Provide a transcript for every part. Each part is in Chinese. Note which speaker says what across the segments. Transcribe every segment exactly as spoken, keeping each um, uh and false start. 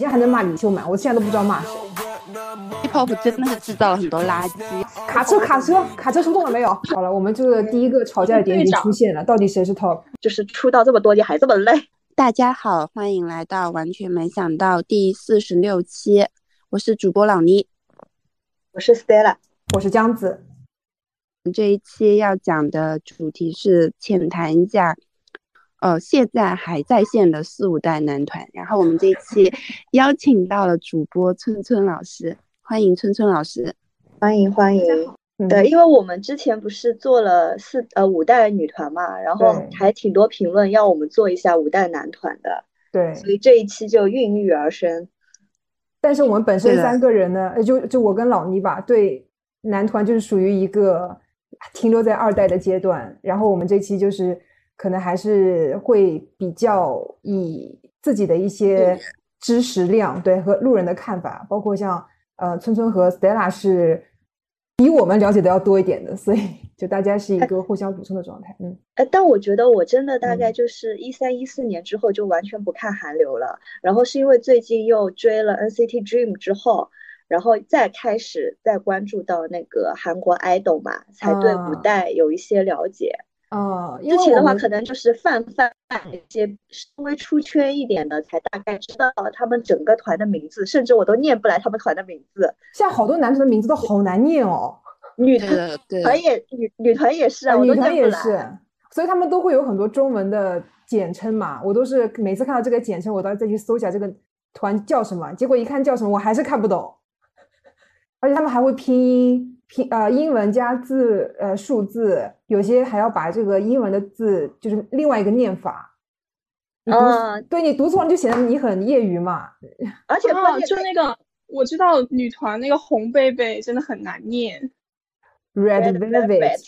Speaker 1: 在还能骂李秀满，我现在都不知道骂谁。
Speaker 2: K-pop 真的是制造了很多垃圾。
Speaker 1: 卡车卡车卡车出动了没有？好了，我们这个第一个吵架的点已经出现了，到底谁是 top？
Speaker 3: 就是出道这么多年还这么累。
Speaker 2: 大家好，欢迎来到完全没想到第四十六期，我是主播老倪，
Speaker 3: 我是 Stella，
Speaker 1: 我是江子。
Speaker 2: 这一期要讲的主题是浅谈一下呃，现在还在线的四五代男团，然后我们这一期邀请到了主播村村老师，欢迎村村老师。
Speaker 3: 欢迎欢迎。
Speaker 1: 嗯、
Speaker 3: 对，因为我们之前不是做了四呃五代女团嘛，然后还挺多评论要我们做一下五代男团的，
Speaker 1: 对，
Speaker 3: 所以这一期就孕育而生。
Speaker 1: 但是我们本身三个人呢，就就我跟老倪吧，对男团就是属于一个停留在二代的阶段，然后我们这期就是可能还是会比较以自己的一些知识量，对，和路人的看法，包括像呃村村和 Stella 是比我们了解的要多一点的，所以就大家是一个互相补充的状态。嗯，
Speaker 3: 呃，但我觉得我真的大概就是一三一四年之后就完全不看韩流了，然后是因为最近又追了 N C T Dream 之后，然后再开始再关注到那个韩国 idol 嘛，才对五代有一些了解。
Speaker 1: 哦、
Speaker 3: 之前的话可能就是泛泛一些稍微出圈一点的，才大概知道他们整个团的名字，甚至我都念不来他们团的名字。
Speaker 1: 现在好多男团的名字都好难念哦。
Speaker 3: 女团也女女团也是啊，
Speaker 1: 呃、
Speaker 3: 我都
Speaker 1: 女团也是，
Speaker 3: 所
Speaker 1: 以他们都会有很多中文的简称嘛。我都是每次看到这个简称，我都要再去搜一下这个团叫什么，结果一看叫什么，我还是看不懂。而且他们还会拼音，拼呃英文加字呃数字，有些还要把这个英文的字就是另外一个念法。你读、嗯、对你读错了就显得你很业余嘛。
Speaker 3: 而且
Speaker 4: 啊，就那个我知道女团那个红贝贝真的很难念。
Speaker 1: Red Velvet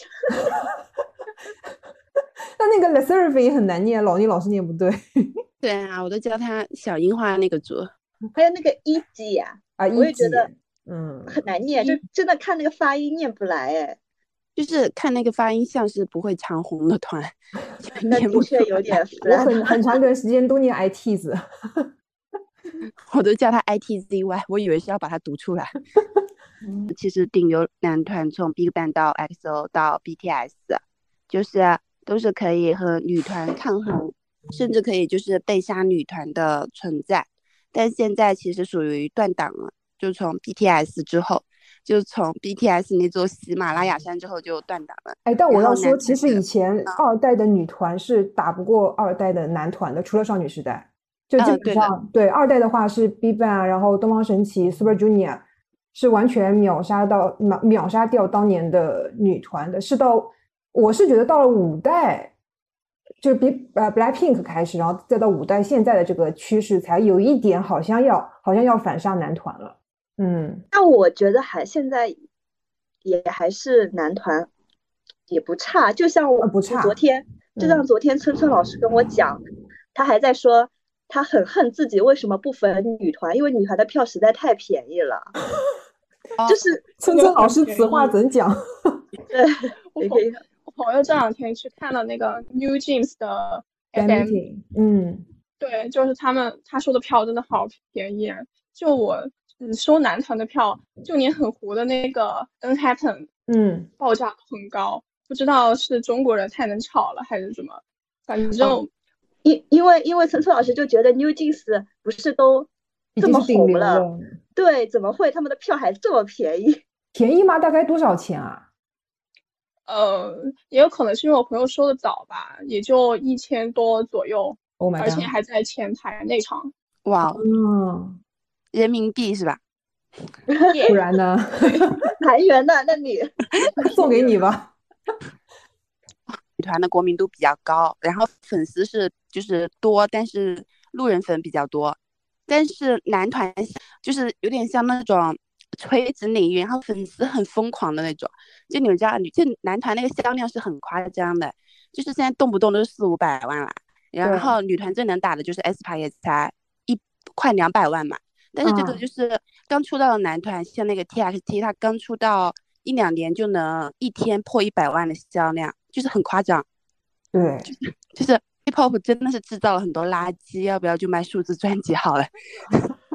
Speaker 1: 那那个 Le Sserafim 也很难念，老倪老师念不对。
Speaker 2: 对啊，我都教他小樱花那个组。
Speaker 3: 还有那个一级呀，
Speaker 1: 啊，
Speaker 3: 我也觉得
Speaker 1: 嗯
Speaker 3: 很难念，就真的看那个发音念不来哎。
Speaker 2: 就是看那个发音像是不会长红的团，
Speaker 3: 那的确有点
Speaker 1: 我很很长一段时间都念 I T 字，
Speaker 2: 我都叫他 I T Z Y， 我以为是要把它读出来。其实顶流男团从 BigBang 到 X O 到 B T S， 就是都是可以和女团抗衡，甚至可以就是被杀女团的存在。但现在其实属于断档了，就从 B T S 之后，就从 B T S 那座喜马拉雅山之后就断档了。
Speaker 1: 哎，但我要说，其实以前二代的女团是打不过二代的男团的，除了少女时代，就基本上、嗯、对, 对二代的话是 BigBang， 然后东方神起 Super Junior。是完全秒杀到秒秒杀掉当年的女团的，是到我是觉得到了五代，就比呃 Blackpink 开始，然后再到五代现在的这个趋势才有一点好像要好像要反杀男团了。嗯，
Speaker 3: 那我觉得还现在也还是男团也不差，就像我
Speaker 1: 不差，
Speaker 3: 昨天就像昨天村村老师跟我讲，嗯、他还在说。他很恨自己为什么不粉女团，因为女团的票实在太便宜了。就是
Speaker 1: 村村老师此话怎讲？
Speaker 3: 对，
Speaker 4: 我朋友我朋友这两天去看了那个 New Jeans 的 F M，
Speaker 1: 嗯，
Speaker 4: 对，就是他们他说的票真的好便宜，就我嗯收男团的票，就连很糊的那个 Unhappen，
Speaker 1: 嗯，
Speaker 4: 报价很高，不知道是中国人太能炒了还是什么，反正。
Speaker 3: 哦因因为因为村村老师就觉得 New Jeans 不是都这么红了，
Speaker 1: 了
Speaker 3: 对，怎么会他们的票还这么便宜？
Speaker 1: 便宜吗？大概多少钱啊？
Speaker 4: 呃，也有可能是因为我朋友收的早吧，也就一千多左右，
Speaker 1: oh my God，
Speaker 4: 而且还在前台内场。
Speaker 2: 哇，
Speaker 1: 嗯，
Speaker 2: 人民币是吧？
Speaker 1: 不然呢？
Speaker 3: 韩元呢？那你
Speaker 1: 送给你吧。
Speaker 2: 女团的国民度比较高，然后粉丝是就是多，但是路人粉比较多。但是男团就是有点像那种垂直领域，然后粉丝很疯狂的那种。就你们知道，就男团那个销量是很夸张的，就是现在动不动都是四五百万了。然后女团最能打的就是 aespa 也才一快两百万嘛。但是这个就是刚出道的男团，嗯、像那个 T X T， 他刚出道一两年就能一天破一百万的销量。就是很夸张，
Speaker 1: 对，
Speaker 2: 就是就是 K-pop 真的是制造了很多垃圾，要不要就卖数字专辑好了？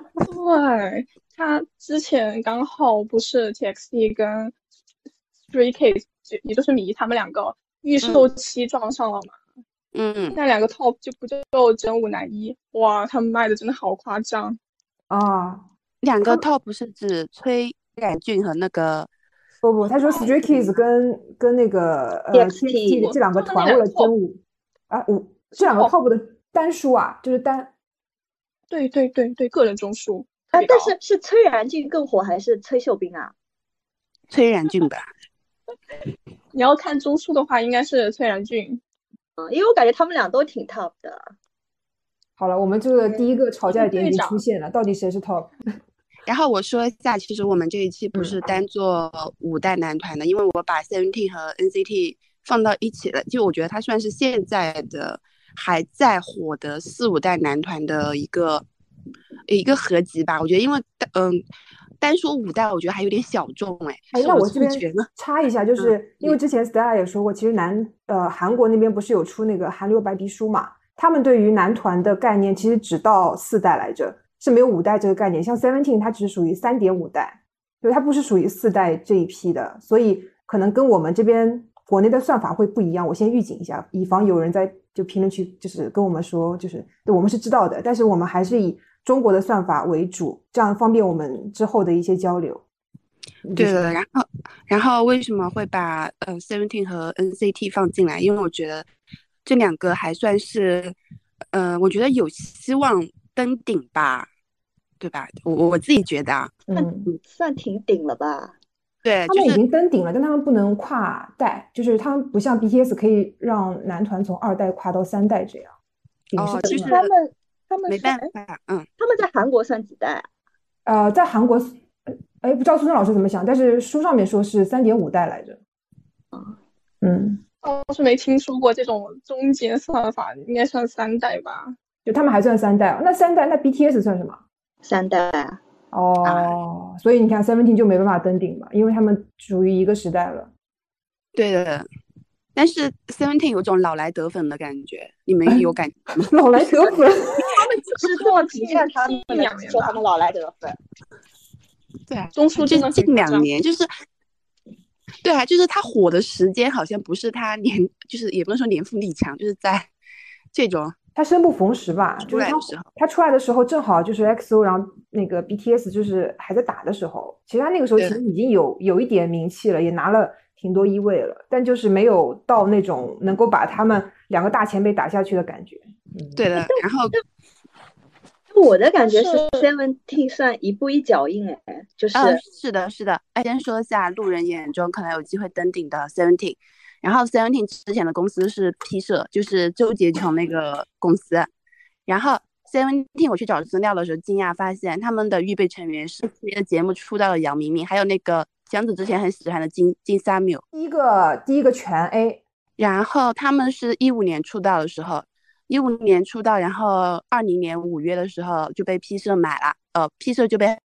Speaker 4: 对，他之前刚好不是 T X T 跟 Stray Kids，就也就是迷他们两个预售期撞上了嘛。
Speaker 2: 嗯，
Speaker 4: 那两个 top 就不就真五男一，哇，他们卖的真的好夸张
Speaker 1: 啊！
Speaker 2: 两个 top 是指崔冉俊和那个
Speaker 1: 不不，他说 Stray Kids 跟跟那个呃
Speaker 3: T X T
Speaker 1: T X T 这两个团为了真五啊五这两个 top 的单输啊，就是单。
Speaker 4: 对对对对，个人中枢
Speaker 3: 啊，但是是崔冉俊更火还是崔秀彬啊？
Speaker 2: 崔冉俊吧。
Speaker 4: 你要看中枢的话，应该是崔冉俊。
Speaker 3: 嗯，因为我感觉他们俩都挺 top 的。
Speaker 1: 好了，我们这个第一个吵架点已经出现了，到底谁是 top？
Speaker 2: 然后我说一下，其实我们这一期不是单做五代男团的，嗯、因为我把 Seventeen 和 N C T 放到一起了，就我觉得它算是现在的还在火的四五代男团的一个一个合集吧。我觉得因为嗯、呃、单说五代我觉得还有点小众。哎
Speaker 1: 哎，那我这边插一下，就是、嗯、因为之前 Stella 也说过，其实南呃韩国那边不是有出那个韩流白皮书嘛，他们对于男团的概念其实只到四代来着，是没有五代这个概念。像 Seventeen 它只属于 三点五 代，对，它不是属于四代这一批的，所以可能跟我们这边国内的算法会不一样。我先预警一下，以防有人在就评论区就是跟我们说，就是对我们是知道的，但是我们还是以中国的算法为主，这样方便我们之后的一些交流。
Speaker 2: 对的，然后然后为什么会把呃 Seventeen 和 N C T 放进来？因为我觉得这两个还算是呃我觉得有希望登顶吧，对吧？我我自己觉得啊，
Speaker 3: 嗯，算挺顶了吧。
Speaker 2: 对，
Speaker 1: 他们已经登顶了，但他们不能跨代，就是他们不像 B T S 可以让男团从二代跨到三代这样。
Speaker 2: 哦，就是
Speaker 3: 他们他们
Speaker 2: 没办法，嗯，
Speaker 3: 他们在韩国算几代
Speaker 1: 啊？呃，在韩国，哎，不知道苏生老师怎么想，但是书上面说是三点五代来着。嗯，
Speaker 4: 倒是没听说过这种中间算法，应该算三代吧？
Speaker 1: 就他们还算三代，那三代那 B T S 算什么？
Speaker 3: 三代啊。
Speaker 1: 哦，啊、所以你看 Seventeen 就没办法登顶嘛，因为他们属于一个时代了。
Speaker 2: 对的，但是 Seventeen 有种老来得粉的感觉，你们有感觉吗？
Speaker 1: 老来得粉，他
Speaker 3: 们就是这么体现他们的，说他们老来得粉。
Speaker 2: 对啊，
Speaker 4: 中枢
Speaker 2: 就是近两年，就是对啊，就是他火的时间好像不是他年，就是也不能说年富力强，就是在这种。
Speaker 1: 他生不逢时吧，就是他他出来的时候正好就是 X O， 然后那个 B T S 就是还在打的时候，其实他那个时候其实已经有有一点名气了，也拿了挺多一位了，但就是没有到那种能够把他们两个大前辈打下去的感觉。
Speaker 2: 嗯、对的，然后
Speaker 3: 我的感觉是 Seventeen 算一步一脚印，哎，就是、
Speaker 2: 呃、是的，是的。哎，先说一下路人眼中可能有机会登顶的 Seventeen。然后 Seventeen 之前的公司是 P 社，就是周杰琼那个公司。然后 Seventeen 我去找资料的时候，惊讶发现他们的预备成员是别的节目出道的杨明明，还有那个江子之前很喜欢的金金三繆。
Speaker 1: 第一个第一个全 A。
Speaker 2: 然后他们是一五年出道的时候，一五年出道，然后二零年五月的时候就被 P 社买了，呃 P 社就被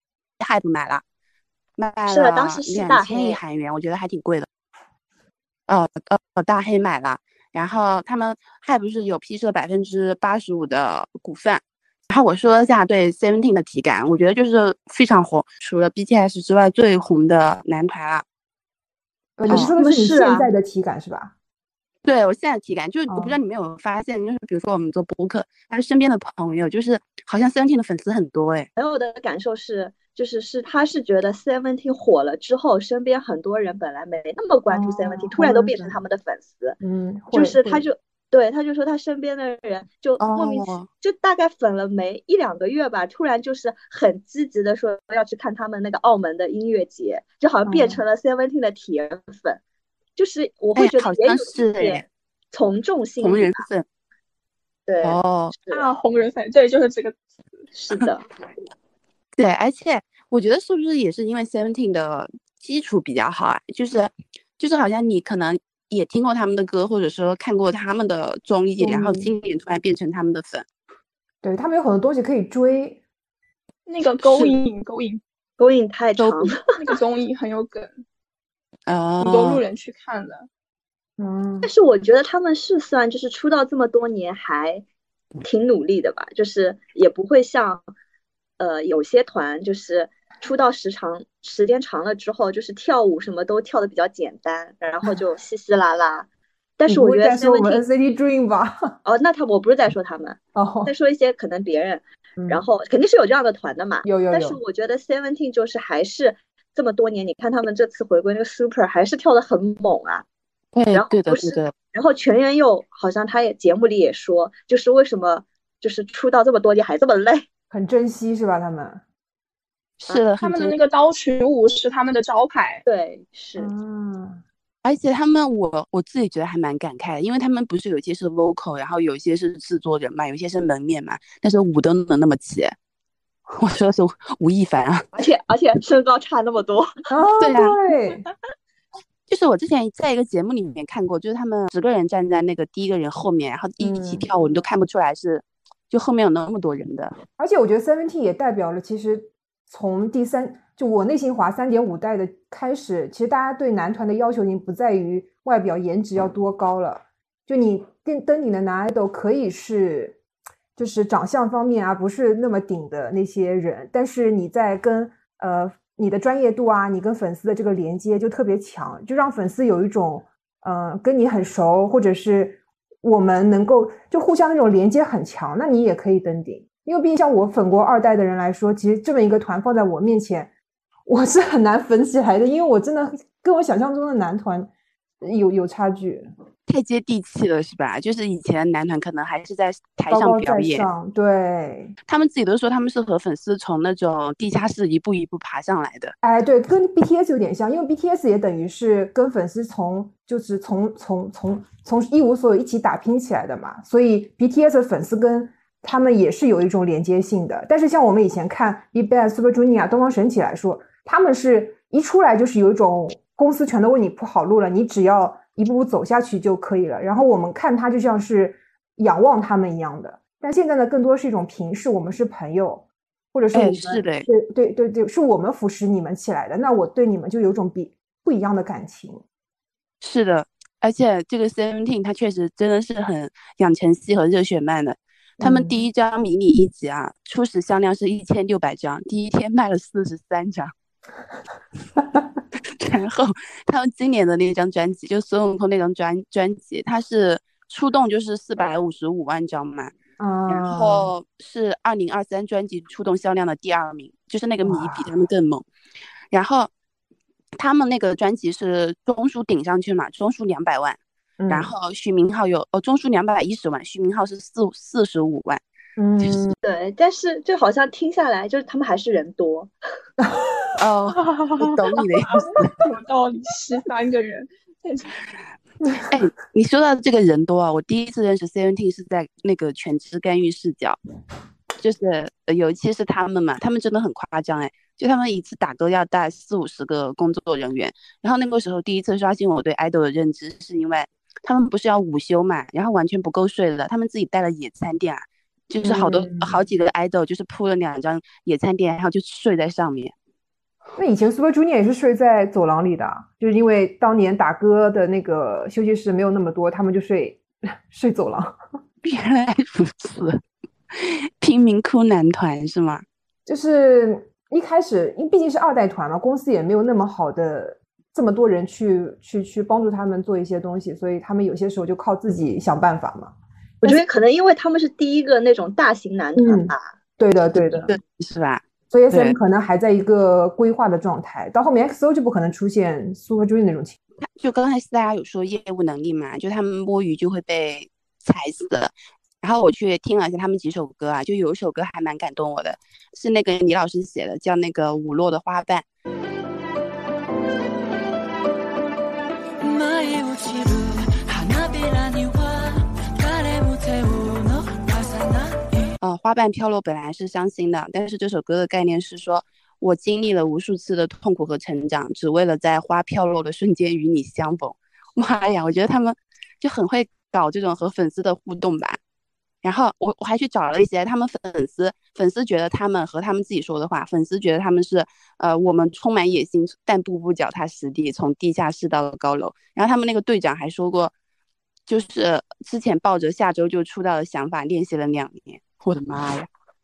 Speaker 2: Hype 买了，卖了两千亿韩元，我觉得还挺贵的。呃呃，大黑买了，然后他们还不是有 P 社百分之八十五的股份。然后我说一下对 Seventeen 的体感，我觉得就是非常红，除了 B T S 之外最红的男团了。
Speaker 1: 呃，你说的是你现在的体感是吧？
Speaker 2: 对，我现在的体感就是我不知道你们有没有发现，就是比如说我们做播客，他身边的朋友就是好像 Seventeen 的粉丝很多哎。
Speaker 3: 朋友的感受是。就是是，他是觉得 Seventeen 火了之后，身边很多人本来没那么关注 Seventeen，、哦、突然都变成他们的粉丝。
Speaker 1: 嗯，
Speaker 3: 就是他就对他就说他身边的人就莫名、哦、就大概粉了没一两个月吧，突然就是很积极的说要去看他们那个澳门的音乐节，就好像变成了 Seventeen 的铁粉。嗯、就是我会觉得也有一点从众心理、
Speaker 2: 哎、红人粉。
Speaker 3: 对
Speaker 2: 哦
Speaker 4: 啊，红人粉，对，就是这个词。
Speaker 3: 是的。
Speaker 2: 对，而且我觉得是不是也是因为 Seventeen 的基础比较好啊？就是就是好像你可能也听过他们的歌，或者说看过他们的综艺，嗯、然后今年突然变成他们的粉。
Speaker 1: 对，他们有很多东西可以追。
Speaker 4: 那个勾引勾引
Speaker 3: 勾引太长了，
Speaker 4: 那个综艺很有梗，
Speaker 2: 哦，
Speaker 4: 很多路人去看的。
Speaker 1: 嗯，
Speaker 3: 但是我觉得他们是算就是出道这么多年还挺努力的吧，就是也不会像呃有些团就是出道时长时间长了之后，就是跳舞什么都跳的比较简单，然后就稀稀拉拉。但
Speaker 1: 你不
Speaker 3: 是我觉得
Speaker 1: 会再说我们
Speaker 3: Seventeen
Speaker 1: N C T Dream 吧？
Speaker 3: 哦，那他我不是在说他们，
Speaker 1: 哦，
Speaker 3: 在说一些可能别人，然
Speaker 1: 嗯，
Speaker 3: 后肯定是有这样的团的嘛。但是
Speaker 1: 有有有，
Speaker 3: 我觉得 Seventeen 就是还是这么多年，你看他们这次回归那个 Super 还是跳的很猛啊。
Speaker 2: 对
Speaker 3: 然后不是，
Speaker 2: 对的对的，
Speaker 3: 然后全员又好像他也节目里也说，就是为什么就是出道这么多年还这么累。
Speaker 1: 很珍惜是吧？他们，
Speaker 2: 是的，很真。
Speaker 4: 他们的那个刀群舞是他们的招牌。
Speaker 3: 对，是，
Speaker 1: 嗯，
Speaker 2: 而且他们我我自己觉得还蛮感慨的，因为他们不是有些是 vocal， 然后有些是制作人嘛，有些是门面嘛，但是舞都能那么齐。我说的是吴亦凡啊。
Speaker 3: 而且而且身高差那么多。
Speaker 1: 哦，
Speaker 2: 对啊，
Speaker 1: 对，
Speaker 2: 就是我之前在一个节目里面看过，就是他们十个人站在那个第一个人后面，然后一起
Speaker 1: 嗯，
Speaker 2: 跳舞，你都看不出来是就后面有那么多人的。
Speaker 1: 而且我觉得 Seventeen 也代表了，其实从第三，就我内心华三点五代的开始，其实大家对男团的要求已经不在于外表颜值要多高了，就你登登顶的男 idol 可以是就是长相方面啊不是那么顶的那些人，但是你在跟呃你的专业度啊，你跟粉丝的这个连接就特别强，就让粉丝有一种呃跟你很熟，或者是我们能够就互相那种连接很强，那你也可以登顶。因为毕竟像我粉过二代的人来说，其实这么一个团放在我面前，我是很难粉起来的，因为我真的跟我想象中的男团有有差距，
Speaker 2: 太接地气了是吧？就是以前男团可能还是在台
Speaker 1: 高高
Speaker 2: 上表演，
Speaker 1: 在上，对，
Speaker 2: 他们自己都说他们是和粉丝从那种地下室一步一步爬上来的。
Speaker 1: 哎，对，跟 B T S 有点像，因为 B T S 也等于是跟粉丝从就是从从从从一无所有一起打拼起来的嘛，所以 B T S 的粉丝跟他们也是有一种连接性的。但是像我们以前看 BigBang、Super Junior、东方神起来说，他们是一出来就是有一种公司全都为你铺好路了，你只要一步步走下去就可以了。然后我们看他就像是仰望他们一样的，但现在呢，更多是一种平视，我们是朋友。或者是我们、
Speaker 2: 哎，是的，
Speaker 1: 对对对对，是我们扶持你们起来的，那我对你们就有种比不一样的感情。
Speaker 2: 是的，而且这个 Seventeen 它确实真的是很养成系和热血漫的。他们第
Speaker 1: 嗯，
Speaker 2: 一张迷你一集啊，初始销量是一千六百张，第一天卖了四十三张。然后他们今年的那张专辑，就孙悟空那张专专辑，它是出动就是四百五十五万张嘛。然
Speaker 1: 啊，
Speaker 2: 后是二零二三专辑出动销量的第二名，就是那个迷比他们更猛。然后他们那个专辑是中枢顶上去嘛，中枢两百万，
Speaker 1: 嗯、
Speaker 2: 然后徐明浩有哦中枢两百一十万，徐明浩是四四十五万。
Speaker 1: 嗯，
Speaker 3: 对，但是就好像听下来，就是他们还是人多。
Speaker 2: 哦，我懂你的意思。
Speaker 4: 有道理，十三个人。
Speaker 2: 哎，你说到这个人多啊，我第一次认识 Seventeen 是在那个全知干预视角，就是有一期是他们嘛，他们真的很夸张哎，就他们一次打歌要带四五十个工作人员。然后那个时候第一次刷新我对 idol 的认知，是因为他们不是要午休嘛，然后完全不够睡了，他们自己带了野餐垫啊，就是好多、
Speaker 1: 嗯、
Speaker 2: 好几个 idol 就是铺了两张野餐垫，然后就睡在上面。
Speaker 1: 那以前 Super Junior 也是睡在走廊里的，就是因为当年打歌的那个休息室没有那么多，他们就睡睡走廊。
Speaker 2: 原来如此，贫民窟男团是吗？
Speaker 1: 就是一开始，因为毕竟是二代团嘛，公司也没有那么好的这么多人去去去帮助他们做一些东西，所以他们有些时候就靠自己想办法嘛。
Speaker 3: 我觉得可能因为他们是第一个那种大型男团吧。
Speaker 1: 嗯，对的对的，
Speaker 2: 是吧？
Speaker 1: 所以 S M 可能还在一个规划的状态，到后面 X O 就不可能出现 Super Junior 那种情况。
Speaker 2: 就刚才大家有说业务能力嘛，就他们摸鱼就会被踩死。然后我去听了一下他们几首歌啊，就有一首歌还蛮感动我的，是那个李老师写的，叫那个舞落的花瓣。呃，花瓣飘落本来是伤心的，但是这首歌的概念是说，我经历了无数次的痛苦和成长，只为了在花飘落的瞬间与你相逢。妈呀，我觉得他们就很会搞这种和粉丝的互动吧。然后我我还去找了一些他们粉丝，粉丝觉得他们和他们自己说的话，粉丝觉得他们是呃我们充满野心，但步步脚踏实地，从地下室到了高楼。然后他们那个队长还说过，就是之前抱着下周就出道的想法练习了两年。我的妈呀！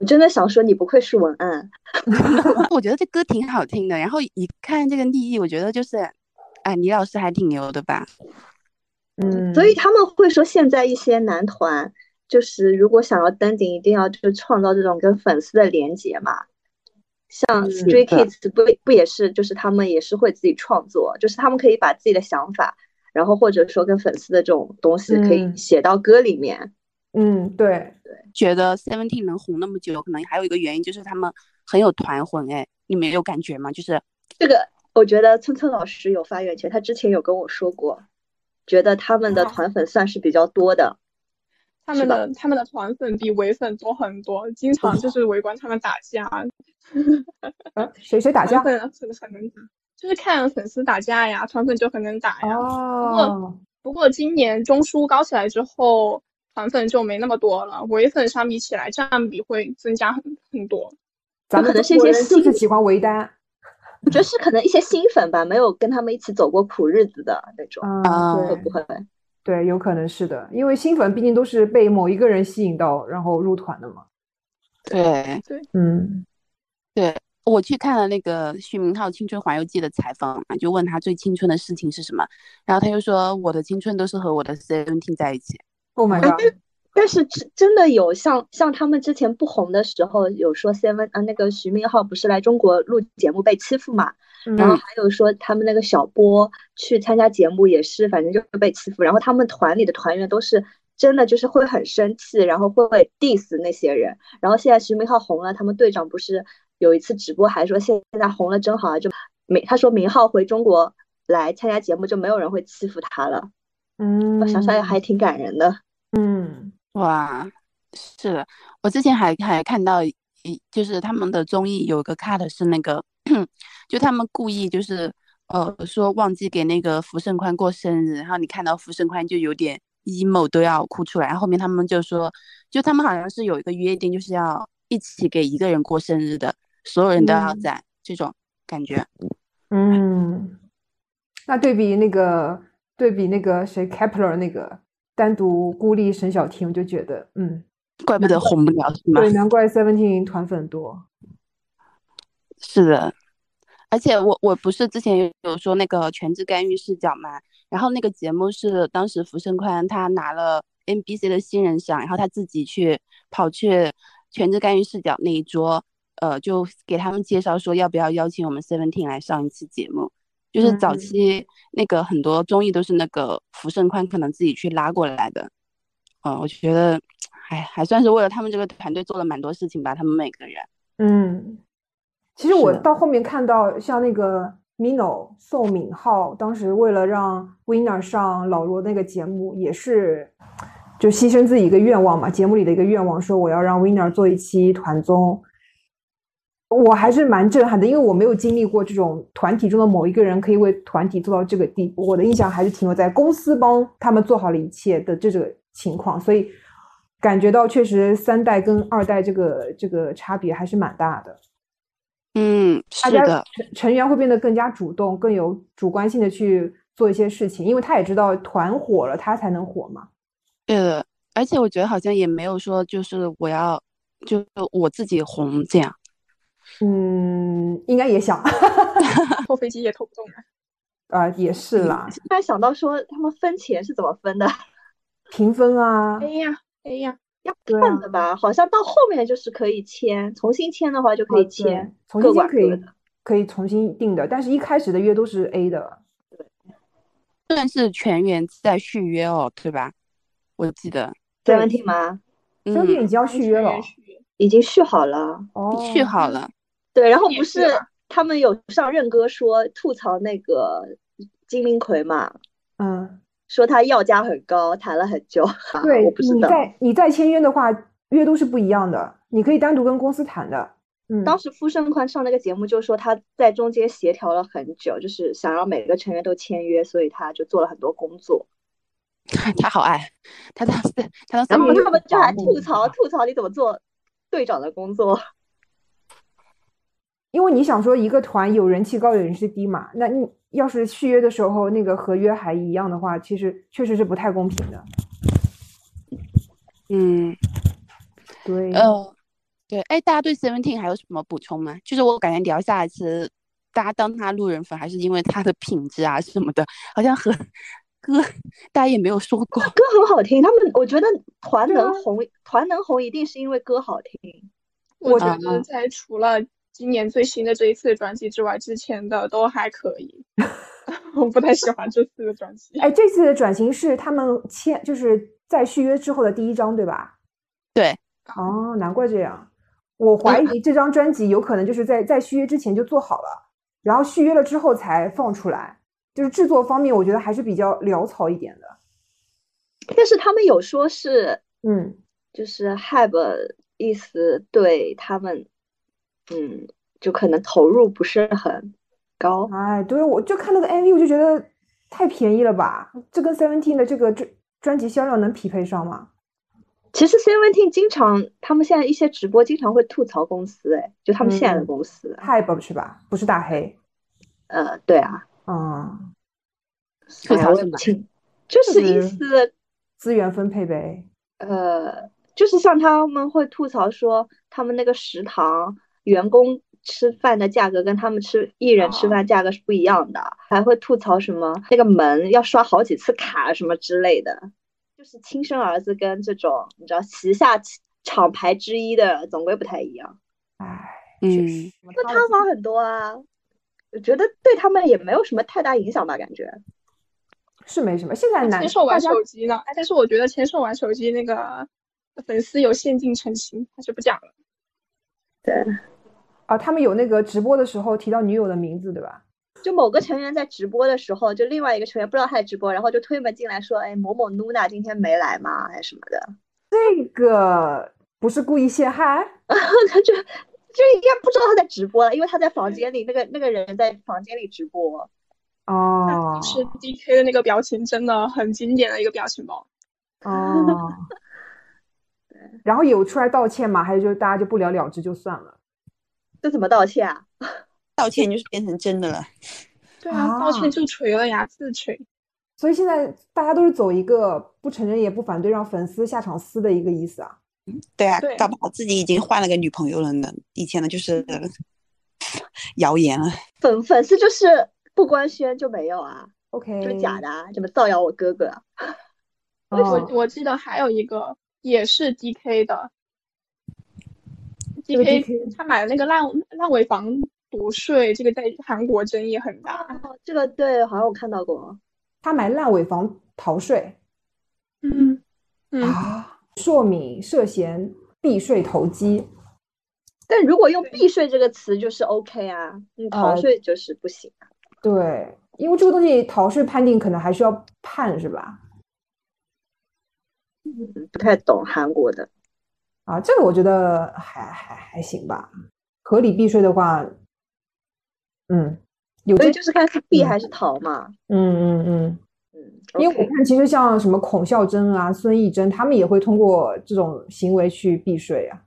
Speaker 3: 我真的想说，你不愧是文案。
Speaker 2: 我觉得这歌挺好听的，然后一看这个立意，我觉得就是，哎，李老师还挺牛的吧？
Speaker 1: 嗯，
Speaker 3: 所以他们会说，现在一些男团就是如果想要登顶，一定要就是创造这种跟粉丝的连接嘛。像 Stray Kids 不不也是，就是他们也是会自己创作，就是他们可以把自己的想法，然后或者说跟粉丝的这种东西可以写到歌里面。
Speaker 1: 嗯，对
Speaker 3: 对，
Speaker 2: 觉得 Seventeen 能红那么久，可能还有一个原因就是他们很有团魂。哎，你没有感觉吗？就是
Speaker 3: 这个，我觉得村村老师有发言权，他之前有跟我说过，觉得他们的团粉算是比较多的。
Speaker 4: 他们的他们的团粉比唯粉多很多，经常就是围观他们打架。
Speaker 1: 啊，谁谁打架？
Speaker 4: 团粉很很能打，就是看粉丝打架呀，团粉就很能打呀。
Speaker 1: 哦。
Speaker 4: 不过不过今年中枢高起来之后，团粉就没那么多了，唯粉相比起来占比会增加很很多。
Speaker 1: 咱们
Speaker 3: 可能是一些新，
Speaker 1: 就是喜欢维丹。
Speaker 3: 我觉得是可能一些新粉吧，没有跟他们一起走过苦日子的那种。
Speaker 1: 嗯，
Speaker 3: 会不会？
Speaker 1: 对，有可能是的，因为新粉毕竟都是被某一个人吸引到，然后入团的嘛。
Speaker 2: 对
Speaker 4: 对，
Speaker 1: 嗯，
Speaker 2: 对，我去看了那个徐明浩《青春环游记》的采访嘛，就问他最青春的事情是什么，然后他就说我的青春都是和我的 Seventeen 在一起。
Speaker 1: Oh my god！
Speaker 3: 但是真的有像像他们之前不红的时候，有说 Seven 啊，那个徐明浩不是来中国录节目被欺负嘛，
Speaker 1: 嗯、
Speaker 3: 然后还有说他们那个小波去参加节目也是，反正就被欺负，然后他们团里的团员都是真的就是会很生气，然后会 diss 那些人。然后现在徐明浩红了，他们队长不是有一次直播还说现在红了真好啊，就没他说明浩回中国来参加节目就没有人会欺负他了。
Speaker 1: 嗯，
Speaker 3: 我想想还挺感人的。
Speaker 1: 嗯。
Speaker 2: 哇，是的，我之前还还看到一就是他们的综艺有一个 cut 是那个就他们故意就是呃说忘记给那个福胜宽过生日，然后你看到福胜宽就有点 emo 都要哭出来，然后后面他们就说就他们好像是有一个约定，就是要一起给一个人过生日的，所有人都要在、嗯、这种感觉。
Speaker 1: 嗯，那对比那个对比那个谁 Kepler 那个单独孤立沈小婷，我就觉得嗯，
Speaker 2: 怪不得红不了是吗？
Speaker 1: 对，难怪 Seventeen 团粉多。
Speaker 2: 是的，而且我我不是之前有说那个全知干预视角嘛，然后那个节目是当时福胜宽他拿了 N B C 的新人赏，然后他自己去跑去全知干预视角那一桌，呃，就给他们介绍说要不要邀请我们 Seventeen 来上一期节目。就是早期那个很多综艺都是那个福胜宽可能自己去拉过来的，嗯、呃，我觉得，哎，还算是为了他们这个团队做了蛮多事情吧，他们每个人。
Speaker 1: 嗯，其实我到后面看到像那个 Mino 宋敏浩，当时为了让 Winner 上老罗那个节目，也是就牺牲自己一个愿望嘛，节目里的一个愿望，说我要让 Winner 做一期团综。我还是蛮震撼的，因为我没有经历过这种团体中的某一个人可以为团体做到这个地步，我的印象还是停留在公司帮他们做好了一切的这个情况，所以感觉到确实三代跟二代这个这个差别还是蛮大的。
Speaker 2: 嗯，是的，
Speaker 1: 成员会变得更加主动，更有主观性的去做一些事情，因为他也知道团火了，他才能火嘛。
Speaker 2: 对的，而且我觉得好像也没有说就是我要就我自己红这样。
Speaker 1: 嗯，应该也想
Speaker 4: 坐飞机也偷不动了
Speaker 1: 啊、呃，也是啦。
Speaker 3: 突然想到说他们分钱是怎么分的？
Speaker 1: 平分啊。
Speaker 4: 哎呀，哎呀，
Speaker 3: 要看的吧？好像到后面就是可以签，重新签的话就可以签，
Speaker 1: 哦、重新签可以可以重新定的，但是一开始的约都是 A 的。
Speaker 3: 对，
Speaker 2: 算是全员在续约哦，对吧？我记得
Speaker 3: Seventeen 吗
Speaker 1: ？Seventeen 已经要续约了。
Speaker 3: 已经续好了，
Speaker 1: 哦，
Speaker 2: 续好了。
Speaker 3: 对，然后不是他们有上任哥说吐槽那个金明奎嘛，
Speaker 1: 嗯，
Speaker 3: 说他要价很高，谈了很久。
Speaker 1: 对，
Speaker 3: 我不知道。
Speaker 1: 你在你在签约的话，约都是不一样的，你可以单独跟公司谈的。嗯，
Speaker 3: 当时傅盛宽上那个节目就说他在中间协调了很久，就是想让每个成员都签约，所以他就做了很多工作。
Speaker 2: 他好爱他当时他当时，
Speaker 3: 然后他们就还吐槽吐槽你怎么做队长的工作，
Speaker 1: 因为你想说一个团有人气高有人气低嘛，那你要是续约的时候那个合约还一样的话，其实确实是不太公平的。
Speaker 2: 嗯，
Speaker 1: 对，
Speaker 2: 呃， 对，哎，大家对 Seventeen 还有什么补充吗？就是我感觉聊下来，其实大家当他路人粉，还是因为他的品质啊什么的，好像和歌大家也没有说过。
Speaker 3: 歌很好听，他们我觉得团能红，团能红一定是因为歌好听。
Speaker 4: 我觉得在除了今年最新的这一次的专辑之外，之前的都还可以。我不太喜欢这次的专辑。
Speaker 1: 哎，这次的转型是他们签，就是在续约之后的第一张，对吧？
Speaker 2: 对。
Speaker 1: 哦，难怪这样。我怀疑这张专辑有可能就是在在续约之前就做好了，然后续约了之后才放出来。就是制作方面，我觉得还是比较潦草一点的。
Speaker 3: 但是他们有说是，
Speaker 1: 嗯，
Speaker 3: 就是 H Y B E 意思对他们，嗯，就可能投入不是很高。
Speaker 1: 哎，对，我就看那个 M V， 我就觉得太便宜了吧？这跟 Seventeen 的这个专专辑销量能匹配上吗？
Speaker 3: 其实 Seventeen 经常，他们现在一些直播经常会吐槽公司，哎，就他们现在的公司
Speaker 1: H Y B E 是吧？不是大黑。
Speaker 3: 呃，对啊。
Speaker 1: 嗯，
Speaker 2: 吐槽什么？
Speaker 3: 就是意思
Speaker 1: 资源分配呗。
Speaker 3: 呃，就是像他们会吐槽说，他们那个食堂员工吃饭的价格跟他们吃艺人吃饭价格是不一样的，哦、还会吐槽什么那个门要刷好几次卡什么之类的。就是亲生儿子跟这种你知道旗下厂牌之一的总归不太一样。
Speaker 1: 哎，
Speaker 2: 嗯，
Speaker 3: 那塌房很多啊。我觉得对他们也没有什么太大影响吧，感觉
Speaker 1: 是没什么。现在
Speaker 4: 签售玩手机呢，哎，但是我觉得签售玩手机那个粉丝有限定成型，还是不讲了。
Speaker 3: 对，
Speaker 1: 啊，他们有那个直播的时候提到女友的名字，对吧？
Speaker 3: 就某个成员在直播的时候，就另外一个成员不知道他在直播，然后就推门进来说：“哎，某某 Nuna 今天没来吗？还是什么的。”
Speaker 1: 这个不是故意陷害，
Speaker 3: 他就。就应该不知道他在直播了，因为他在房间里，那个那个人在房间里直播。
Speaker 1: 哦，
Speaker 4: 是 D K 的那个表情真的很经典的一个表情包。
Speaker 1: 哦，对。然后有出来道歉吗？还是就大家就不了了之就算了？
Speaker 3: 这怎么道歉啊？
Speaker 2: 道歉就是变成真的了。
Speaker 4: 对啊，啊道歉就锤了呀，自锤。
Speaker 1: 所以现在大家都是走一个不承认也不反对，让粉丝下场撕的一个意思啊。
Speaker 2: 对啊，搞不好自己已经换了个女朋友了呢。以前的就是谣言了。
Speaker 3: 粉粉丝就是不官宣就没有啊
Speaker 1: ，OK，
Speaker 3: 就是假的啊，怎么造谣我哥哥啊？
Speaker 4: 我我记得还有一个也是 D K 的 ，D K 他买了那个烂烂尾房躲税，这个在韩国争议很大。
Speaker 3: 哦，这个对，好像我看到过，
Speaker 1: 他买烂尾房逃税。
Speaker 4: 嗯嗯
Speaker 1: 啊。硕敏涉嫌避税投机，
Speaker 3: 但如果用避税这个词就是 OK 啊，你逃税就是不行啊。
Speaker 1: 呃、对，因为这个东西逃税判定可能还需要判，是吧？
Speaker 3: 嗯，不太懂韩国的
Speaker 1: 啊，这个我觉得还还还行吧。合理避税的话，嗯，有
Speaker 3: 所以就是看是避还是逃嘛。
Speaker 1: 嗯嗯嗯。
Speaker 3: 嗯，
Speaker 1: 因为我看，其实像什么孔孝真啊、孙艺珍，他们也会通过这种行为去避税啊。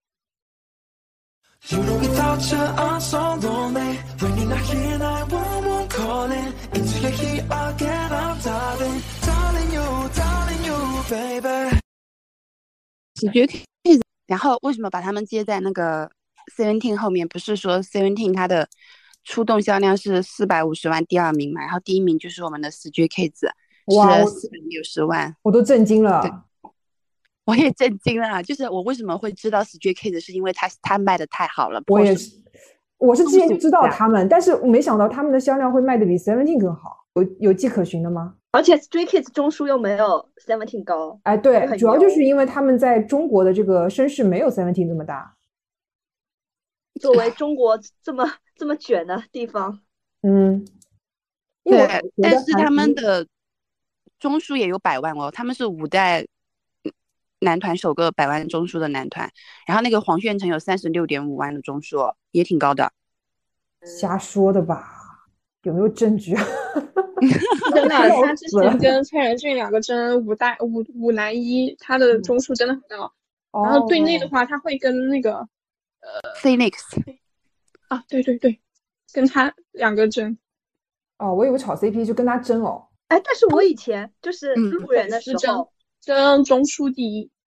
Speaker 2: 然后为什么把他们接在那个 Seventeen 后面？不是说 Seventeen 它的出动销量是四百五十万，第二名嘛，然后第一名就是我们的 Stray Kids， 是四百六十万，
Speaker 1: 我都震惊了。
Speaker 2: 我也震惊了，就是我为什么会知道 Stray Kids， 是因为他他卖的太好了。
Speaker 1: 我也是，我是之前就知道他们，但是我没想到他们的销量会卖的比 Seventeen 更好，有有迹可循的吗？
Speaker 3: 而且 Stray Kids 中枢又没有 Seventeen 高。
Speaker 1: 哎，对，主要就是因为他们在中国的这个声势没有 Seventeen 这么大。
Speaker 3: 作为中国这么这么卷的地方，
Speaker 1: 嗯，
Speaker 2: 对，但是他们的中枢也有百万哦，他们是五代男团首个百万中枢的男团，然后那个黄炫成有三十六点五万的中枢，也挺高的。
Speaker 1: 瞎说的吧？有没有证据？
Speaker 4: 真的，他之前跟蔡元俊两个争五代五五男一，他的中枢真的很高。
Speaker 1: 嗯、
Speaker 4: 然后对内的话，他会跟那个。呃
Speaker 2: ，Phoenix
Speaker 4: 啊，对对对，跟他两个争。
Speaker 1: 哦，我以为炒 C P 就跟他争哦。
Speaker 3: 哎，但是我以前就是路人的时候，
Speaker 4: 争中枢第一。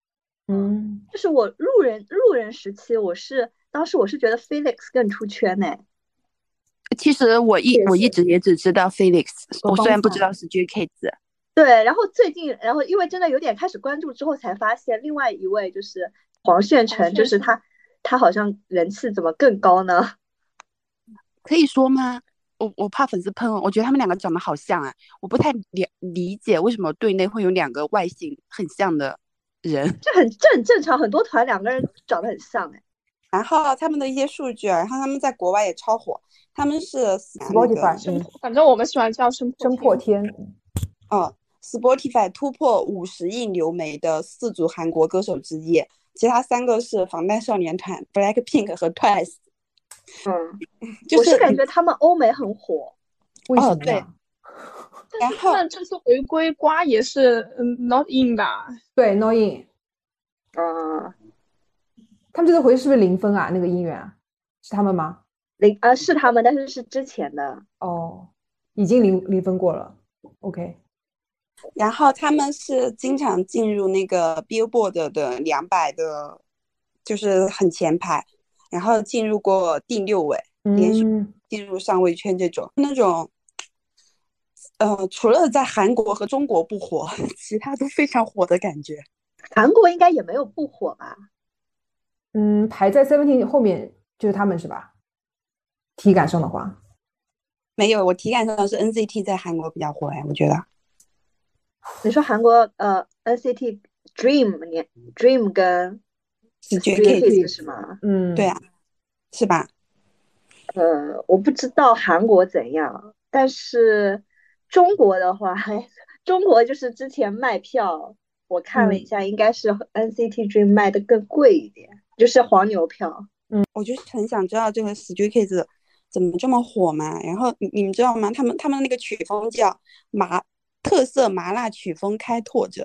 Speaker 1: 嗯，
Speaker 3: 就是我路人路人时期，我是当时我是觉得 Felix 更出圈呢。
Speaker 2: 其实我一我一直也只知道 Felix， 我虽然不知道 Stray Kids。
Speaker 3: 对，然后最近，然后因为真的有点开始关注之后，才发现另外一位就是黄炫成，就是他，他好像人气怎么更高呢？
Speaker 2: 可以说吗？我我怕粉丝喷我，我觉得他们两个长得好像啊，我不太理理解为什么队内会有两个外形很像的人，
Speaker 3: 这很这很正常，很多团两个人长得很像哎。
Speaker 2: 然后他们的一些数据，然后他们在国外也超火，他们是
Speaker 1: Spotify，
Speaker 4: 反正我们喜欢叫声
Speaker 1: 声破天。
Speaker 2: 哦 ，Spotify 突破五十亿流媒的四组韩国歌手之一，其他三个是防弹少年团 Blackpink 和 Twice。
Speaker 3: 嗯，
Speaker 2: 就是、
Speaker 3: 我是感觉他们欧美很火，
Speaker 1: 为什么？
Speaker 2: 哦，对。
Speaker 4: 然后他们这次回归瓜也是嗯 Not In 吧？
Speaker 1: 对 ，Not In。
Speaker 3: 嗯，
Speaker 1: 他们这次回是不是零分啊？那个音源啊，是他们吗？
Speaker 3: 零啊，是他们，但是是之前的
Speaker 1: 哦，已经零零分过了。OK。
Speaker 2: 然后他们是经常进入那个 Billboard 的两百的，就是很前排，然后进入过第六位，连续进入上位圈这种、嗯、那种。呃，除了在韩国和中国不火，其他都非常火的感觉。
Speaker 3: 韩国应该也没有不火吧？
Speaker 1: 嗯，排在 Seventeen 后面就是他们是吧？体感上的话，
Speaker 2: 没有，我体感上是 N C T 在韩国比较火哎，我觉得。
Speaker 3: 你说韩国呃 N C T Dream 你 Dream 跟
Speaker 2: Stray
Speaker 3: Kids 是吗？
Speaker 1: 嗯，
Speaker 2: 对啊，是吧？
Speaker 3: 呃，我不知道韩国怎样，但是中国的话，中国就是之前卖票，我看了一下，应该是 N C T Dream 卖的更贵一点，嗯、就是黄牛票。
Speaker 2: 嗯，我就是很想知道这个 Stray Kids 怎么这么火嘛？然后你你们知道吗？他们他们那个曲风叫麻特色麻辣曲风开拓者。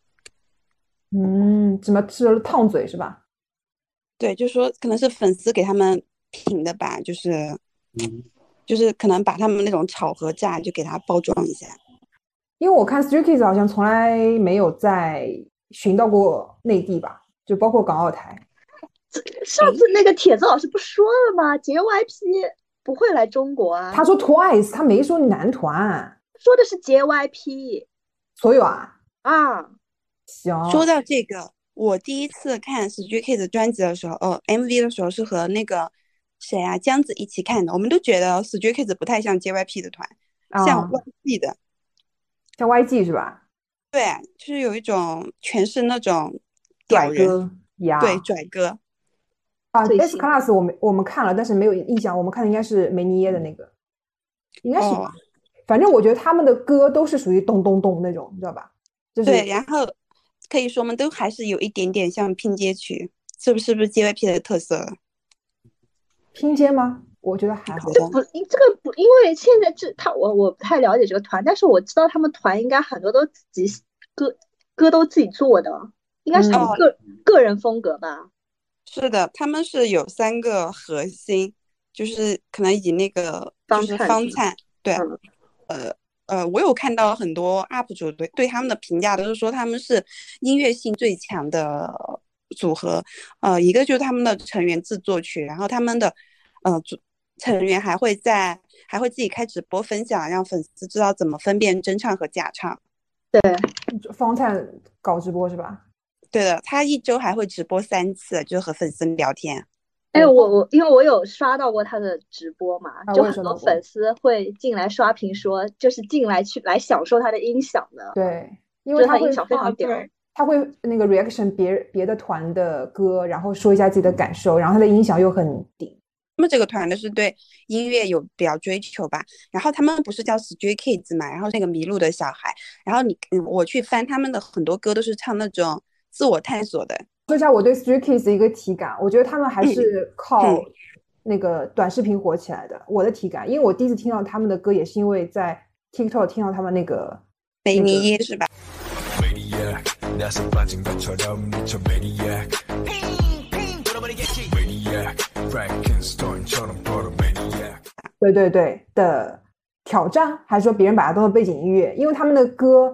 Speaker 1: 嗯，怎么吃了烫嘴是吧？
Speaker 2: 对，就是说可能是粉丝给他们评的吧，就是。嗯，就是可能把他们那种炒和炸就给他包装一下。
Speaker 1: 因为我看 Stray Kids 好像从来没有在巡到过内地吧，就包括港澳台。
Speaker 3: 上次那个帖子老师不说了吗 ？J Y P 不会来中国啊。
Speaker 1: 他说 Twice， 他没说男团，
Speaker 3: 说的是 J Y P。
Speaker 1: 所有啊
Speaker 3: 啊，
Speaker 1: 行。
Speaker 2: 说到这个，我第一次看 Stray Kids 专辑的时候，哦 ，M V 的时候是和那个。谁啊？姜子一起看的，我们都觉得 Stray Kids 不太像 J Y P 的团，啊、像 Y G 的，
Speaker 1: 像 Y G 是吧？
Speaker 2: 对，就是有一种全是那种
Speaker 1: 拽哥呀，
Speaker 2: 对，拽哥。
Speaker 1: 啊 ，S Class 我们我们看了，但是没有印象，我们看的应该是梅尼耶的那个，应该是吧？哦、反正我觉得他们的歌都是属于咚咚咚那种，你知道吧？就是
Speaker 2: 对，然后可以说我们都还是有一点点像拼接曲，是不是？是不是 J Y P 的特色？
Speaker 1: 拼接吗？我觉得还好。
Speaker 3: 这不，这个不，因为现在这他我我不太了解这个团，但是我知道他们团应该很多都自己歌歌都自己做的，应该是他们个、嗯、个人风格吧。
Speaker 2: 是的，他们是有三个核心，就是可能以那个就是方灿对、嗯，呃呃，我有看到很多 U P 主对对他们的评价都是说他们是音乐性最强的组合，呃，一个就是他们的成员自作曲，然后他们的呃组成员还会在还会自己开直播分享，让粉丝知道怎么分辨真唱和假唱。
Speaker 3: 对，
Speaker 1: 方灿搞直播是吧？
Speaker 2: 对的，他一周还会直播三次，就和粉丝聊天。
Speaker 3: 哎，我我因为我有刷到过他的直播嘛，啊、就很多粉丝会进来刷屏说，就是进来去来享受他的音响的。
Speaker 1: 对，因为他
Speaker 3: 音响非常屌。
Speaker 1: 他会那个 reaction 别别的团的歌，然后说一下自己的感受，然后他的音响又很顶。
Speaker 2: 他们这个团的是对音乐有比较追求吧，然后他们不是叫 Stray Kids 嘛，然后那个迷路的小孩，然后你嗯，我去翻他们的很多歌都是唱那种自我探索的。
Speaker 1: 说一下我对 Stray Kids 的一个体感，我觉得他们还是靠那个短视频火起来的。嗯、我的体感，因为我第一次听到他们的歌也是因为在 TikTok 听到他们那个
Speaker 2: 梅尼耶是吧？
Speaker 1: 对对对的挑战，还是说别人把它当做背景音乐？因为他们的歌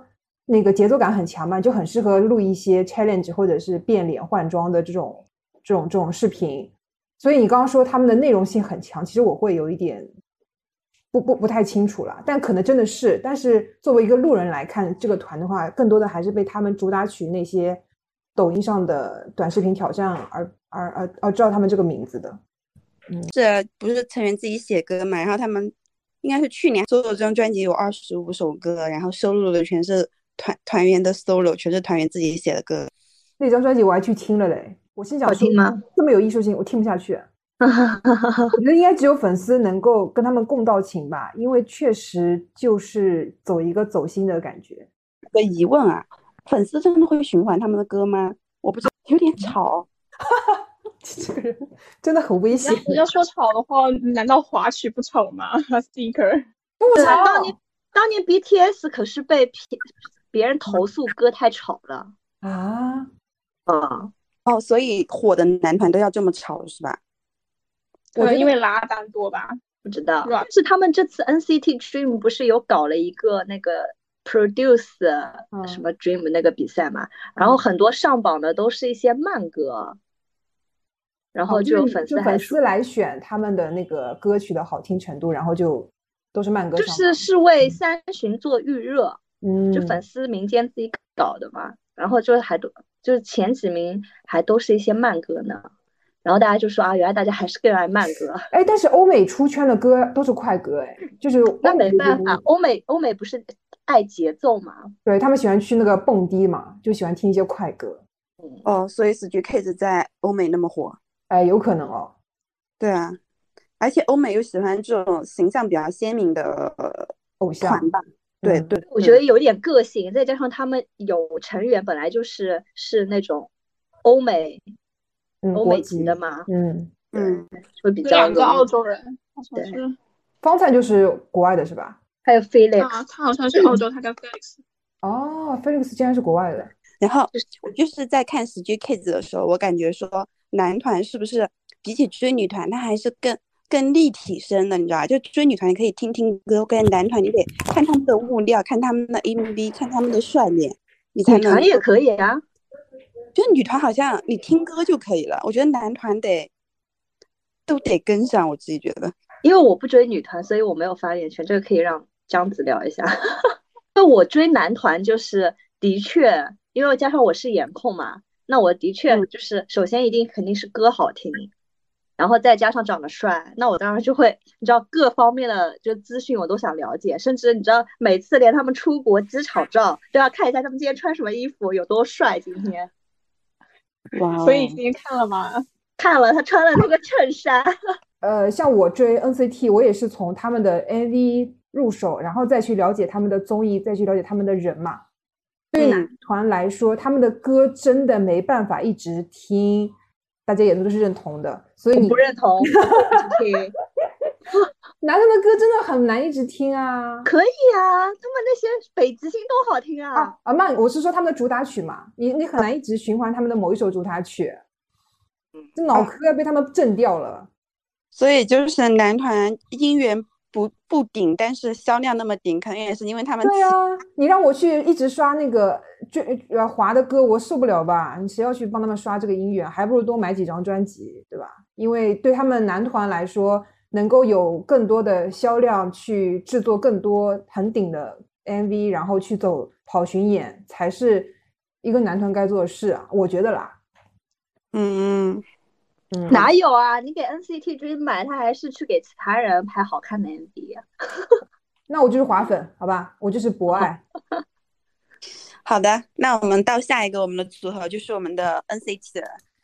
Speaker 1: 那个节奏感很强嘛，就很适合录一些 challenge 或者是变脸换装的这种这种这种视频。所以你刚刚说他们的内容性很强，其实我会有一点不不不太清楚了，但可能真的是。但是作为一个路人来看这个团的话，更多的还是被他们主打曲那些抖音上的短视频挑战而而而而知道他们这个名字的。
Speaker 2: 嗯，这不是成员自己写歌嘛，然后他们应该是去年所有这张专辑有二十五首歌，然后收录的全是团团员的 solo， 全是团员自己写的歌。
Speaker 1: 那张专辑我还去听了嘞，我心想
Speaker 3: 好听吗？
Speaker 1: 这么有艺术性，我听不下去。我觉得应该只有粉丝能够跟他们共道情吧，因为确实就是走一个走心的感觉。
Speaker 2: 有个疑问啊，粉丝真的会循环他们的歌吗？我不知道，有点吵。
Speaker 1: 这个人真的很危险。
Speaker 4: 你要说吵的话，难道华曲不吵吗 ？Sticker
Speaker 1: 不吵。
Speaker 3: 当年当年 B T S 可是被别人投诉歌太吵了
Speaker 1: 啊。
Speaker 3: 啊
Speaker 2: 哦，所以火的男团都要这么吵是吧？
Speaker 4: 可能因为拉单多吧，
Speaker 3: 不知道。但是他们这次 N C T Dream 不是有搞了一个那个 Produce 什么 Dream 那个比赛嘛、嗯？然后很多上榜的都是一些慢歌，然后就粉丝
Speaker 1: 就粉丝来选他们的那个歌曲的好听程度，然后就都是慢歌上榜。
Speaker 3: 就是是为三巡做预热，
Speaker 1: 嗯，
Speaker 3: 就粉丝民间自己搞的嘛。然后就还都就是前几名还都是一些慢歌呢。然后大家就说啊，原来大家还是更爱慢歌。
Speaker 1: 哎，但是欧美出圈的歌都是快歌，哎，就是
Speaker 3: 那没办法，欧美欧美不是爱节奏嘛？
Speaker 1: 对，他们喜欢去那个蹦迪嘛，就喜欢听一些快歌。
Speaker 2: 嗯，哦，所以 Stray Kids 在欧美那么火，
Speaker 1: 哎，有可能哦。
Speaker 2: 对啊，而且欧美又喜欢这种形象比较鲜明的
Speaker 1: 偶像
Speaker 2: 吧？对、嗯、对，
Speaker 3: 我觉得有点个性，再加上他们有成员本来就是是那种欧美。
Speaker 1: 嗯、
Speaker 3: 欧美籍的嘛，
Speaker 1: 嗯
Speaker 2: 嗯，
Speaker 3: 会比较
Speaker 4: 两个澳洲人，好像是。
Speaker 1: 方灿就是国外的是吧？
Speaker 3: 还有 Felix，、
Speaker 4: 啊、他好像是澳洲，他叫 Felix。
Speaker 1: 哦 ，Felix 竟然是国外的。
Speaker 2: 然后我就是在看 Stray Kids 的时候，我感觉说男团是不是比起追女团，它还是更更立体声的，你知道吧？就追女团你可以听听歌，跟男团你得看他们的物料，看他们的 M V， 看他们的帅脸，你才能。
Speaker 3: 女团也可以啊。
Speaker 2: 就女团好像你听歌就可以了，我觉得男团得都得跟上，我自己觉得。
Speaker 3: 因为我不追女团，所以我没有发言权，这个可以让姜子聊一下。就我追男团，就是的确，因为加上我是颜控嘛，那我的确就是首先一定肯定是歌好听，嗯、然后再加上长得帅，那我当然就会，你知道各方面的就资讯我都想了解，甚至你知道每次连他们出国机场照都要看一下他们今天穿什么衣服，有多帅今天。
Speaker 2: 哇，
Speaker 4: 所以今天看了吗？
Speaker 3: 看了，他穿了那个衬衫。
Speaker 1: 呃，像我追 N C T， 我也是从他们的 M V 入手，然后再去了解他们的综艺，再去了解他们的人嘛。对于男团来说，他们的歌真的没办法一直听，大家也都是认同的。所以你
Speaker 3: 我不认同，一直听。
Speaker 1: 男团的歌真的很难一直听啊。
Speaker 3: 可以啊，他们那些北极星多好听啊！
Speaker 1: 啊啊慢，我是说他们的主打曲嘛，你你很难一直循环他们的某一首主打曲，这脑壳要被他们震掉了。
Speaker 2: 所以就是男团音源不不顶，但是销量那么顶，可能也是因为他们。
Speaker 1: 对啊，你让我去一直刷那个就呃华的歌，我受不了吧？你谁要去帮他们刷这个音源，还不如多买几张专辑，对吧？因为对他们男团来说，能够有更多的销量，去制作更多很顶的 M V， 然后去走跑巡演，才是一个男团该做的事啊，我觉得啦。
Speaker 2: 嗯
Speaker 3: 嗯，哪有啊？你给 N C T Dream 买，他还是去给其他人拍好看的 M V 啊。
Speaker 1: 那我就是华粉，好吧，我就是博爱。
Speaker 2: 好的，那我们到下一个我们的组合就是我们的 N C T 的。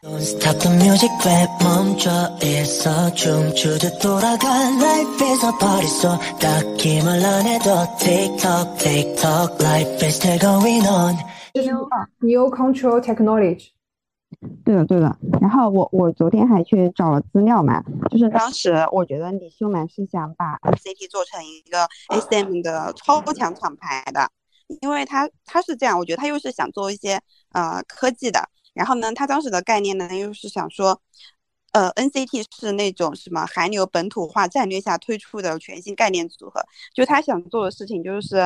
Speaker 1: 就是 Neo Control Technology。
Speaker 5: 对的对的，然后我我昨天还去找了资料嘛，就是当时我觉得李秀满是想把
Speaker 2: N C T 做成一个 S M 的超强厂牌的，因为他他是这样，我觉得他又是想做一些呃科技的，然后呢，他当时的概念呢又是想说，呃 N C T 是那种什么韩流本土化战略下推出的全新概念组合，就他想做的事情就是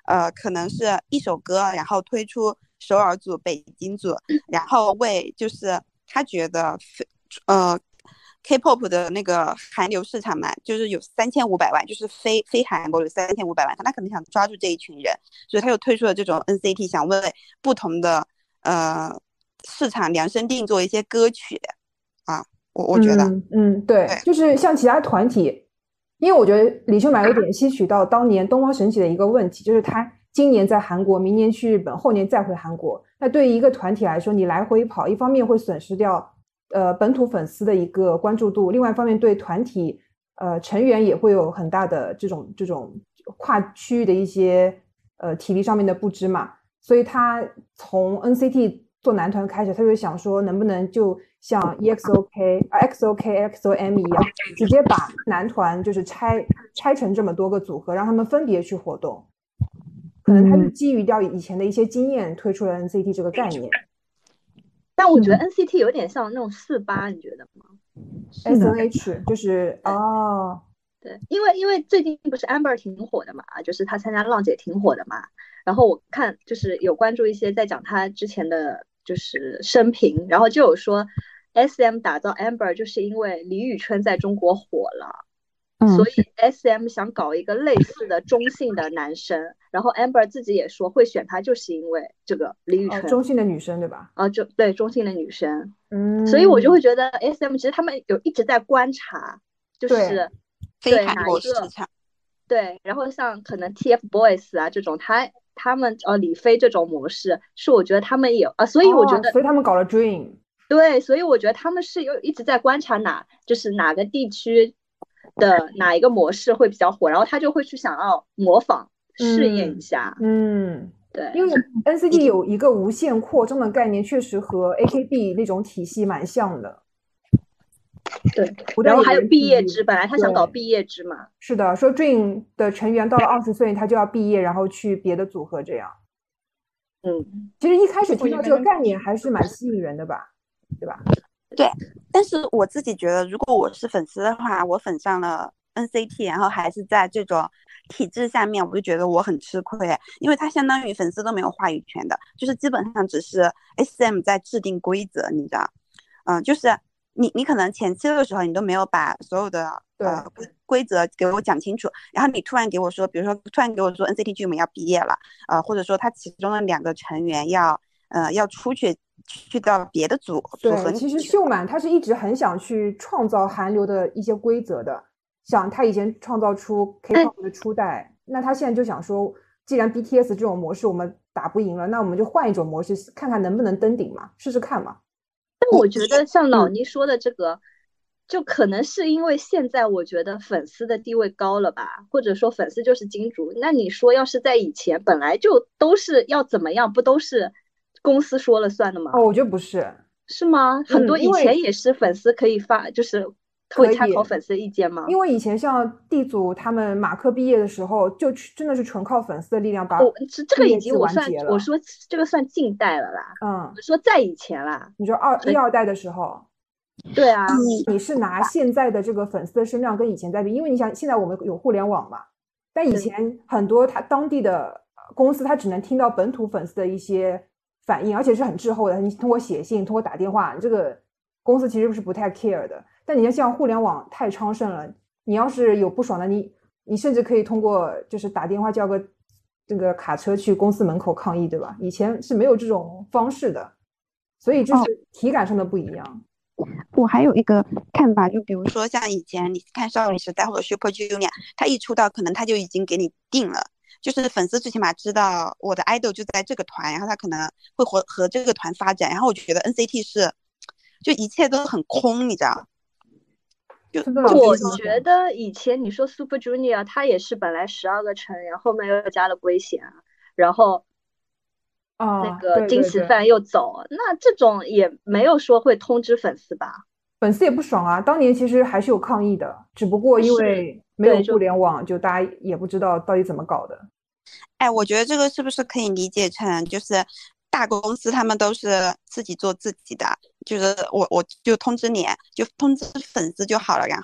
Speaker 2: 呃，可能是一首歌，然后推出首尔组、北京组，然后为就是他觉得呃 K-pop 的那个韩流市场嘛，就是有三千五百万，就是非非韩国有三千五百万，他可能想抓住这一群人，所以他又推出了这种 N C T， 想为不同的呃市场量身定做一些歌曲啊，我我觉得，
Speaker 1: 嗯，嗯对，对就是像其他团体。因为我觉得李秀满有点吸取到当年东方神起的一个问题，就是他今年在韩国，明年去日本，后年再回韩国。那对于一个团体来说，你来回跑，一方面会损失掉呃本土粉丝的一个关注度，另外一方面对团体呃成员也会有很大的这种这种跨区域的一些呃体力上面的不支嘛。所以他从 N C T 做男团开始，他就想说能不能就像 E X O K、啊、X O K、X O M 一样，直接把男团就是拆拆成这么多个组合，让他们分别去活动。可能他是基于掉以前的一些经验推出了 N C T 这个概念。
Speaker 3: 但我觉得 N C T 有点像那种四八，你觉得吗
Speaker 1: ？S N H 就是哦，
Speaker 3: 对，因为因为最近不是 Amber 挺火的嘛，就是她参加浪姐挺火的嘛。然后我看就是有关注一些在讲她之前的就是生平，然后就有说 S M 打造 Amber 就是因为李宇春在中国火了。
Speaker 5: 嗯、
Speaker 3: 所以 S M 想搞一个类似的中性的男生，然后 Amber 自己也说会选他，就是因为这个李宇春、
Speaker 1: 哦、中性的女生对吧？
Speaker 3: 啊，就对中性的女生，
Speaker 1: 嗯，
Speaker 3: 所以我就会觉得 S M 其实他们有一直在观察，就是
Speaker 2: 非韩国市场，
Speaker 3: 对，然后像可能 T F Boys 啊这种，他他们呃李飞这种模式，是我觉得他们有啊，所以我觉得，
Speaker 1: 哦、所以他们搞了 Dream，
Speaker 3: 对，所以我觉得他们是有一直在观察哪就是哪个地区的哪一个模式会比较火，然后他就会去想要模仿试验一下。
Speaker 1: 嗯，嗯
Speaker 3: 对，
Speaker 1: 因为 N C T 有一个无限扩张的概念，确实和 A K B 那种体系蛮像的。
Speaker 3: 对，然后还有毕业制，本来他想搞毕业制嘛。
Speaker 1: 是的，说 Dream 的成员到了二十岁，他就要毕业，然后去别的组合这样。
Speaker 3: 嗯，
Speaker 1: 其实一开始听到这个概念还是蛮吸引人的吧，对吧？
Speaker 2: 对，但是我自己觉得，如果我是粉丝的话，我粉上了 N C T， 然后还是在这种体制下面，我就觉得我很吃亏，因为它相当于粉丝都没有话语权的，就是基本上只是 S M 在制定规则，你知道，嗯，就是你你可能前期的时候你都没有把所有的呃规则给我讲清楚，然后你突然给我说，比如说突然给我说 N C T Dream 要毕业了，呃，或者说他其中的两个成员要呃要出去。去到别的组组合。
Speaker 1: 对，其实秀满他是一直很想去创造韩流的一些规则的，想他以前创造出 K-pop 的初代，那他现在就想说，既然 B T S 这种模式我们打不赢了，那我们就换一种模式，看看能不能登顶嘛，试试看嘛。
Speaker 3: 但我觉得像老倪说的这个、嗯、就可能是因为现在我觉得粉丝的地位高了吧，或者说粉丝就是金主，那你说要是在以前本来就都是要怎么样，不都是公司说了算的吗？
Speaker 1: 哦，我觉得不是。
Speaker 3: 是吗？很多以前也是粉丝可以发、嗯、就是会参考粉丝的意见吗？
Speaker 1: 因为以前像 D 组他们马克毕业的时候就真的是纯靠粉丝的力量把
Speaker 3: 哦，这个已经我算我说这个算近代了啦。
Speaker 1: 嗯，
Speaker 3: 我说在以前啦，
Speaker 1: 你说二一二代的时候，
Speaker 3: 对啊，
Speaker 1: 你是拿现在的这个粉丝的声量跟以前在比，因为你想现在我们有互联网嘛，但以前很多他当地的公司他只能听到本土粉丝的一些反应，而且是很滞后的，你通过写信通过打电话，这个公司其实是不太 care 的。但你像像互联网太昌盛了，你要是有不爽的，你你甚至可以通过就是打电话叫个这个卡车去公司门口抗议，对吧？以前是没有这种方式的，所以就是体感上的不一样。
Speaker 5: 哦，我还有一个看法，就比如
Speaker 2: 说像以前你看少女时代或者 Super Junior， 他一出道可能他就已经给你定了，就是粉丝最起码知道我的 idol 就在这个团，然后他可能会和和这个团发展。然后我觉得 N C T 是就一切都很空，你知道。就
Speaker 3: 我觉得以前你说 Super Junior 他也是本来十二个成员，后面又加了圭贤，然后那个金喜范又走、
Speaker 1: 哦、
Speaker 3: 那这种也没有说会通知粉丝吧，
Speaker 1: 粉丝也不爽啊。当年其实还是有抗议的，只不过因为没有互联网，就大家也不知道到底怎么搞的。
Speaker 2: 哎，我觉得这个是不是可以理解成就是大公司他们都是自己做自己的，就是我我就通知你就通知粉丝就好了，然后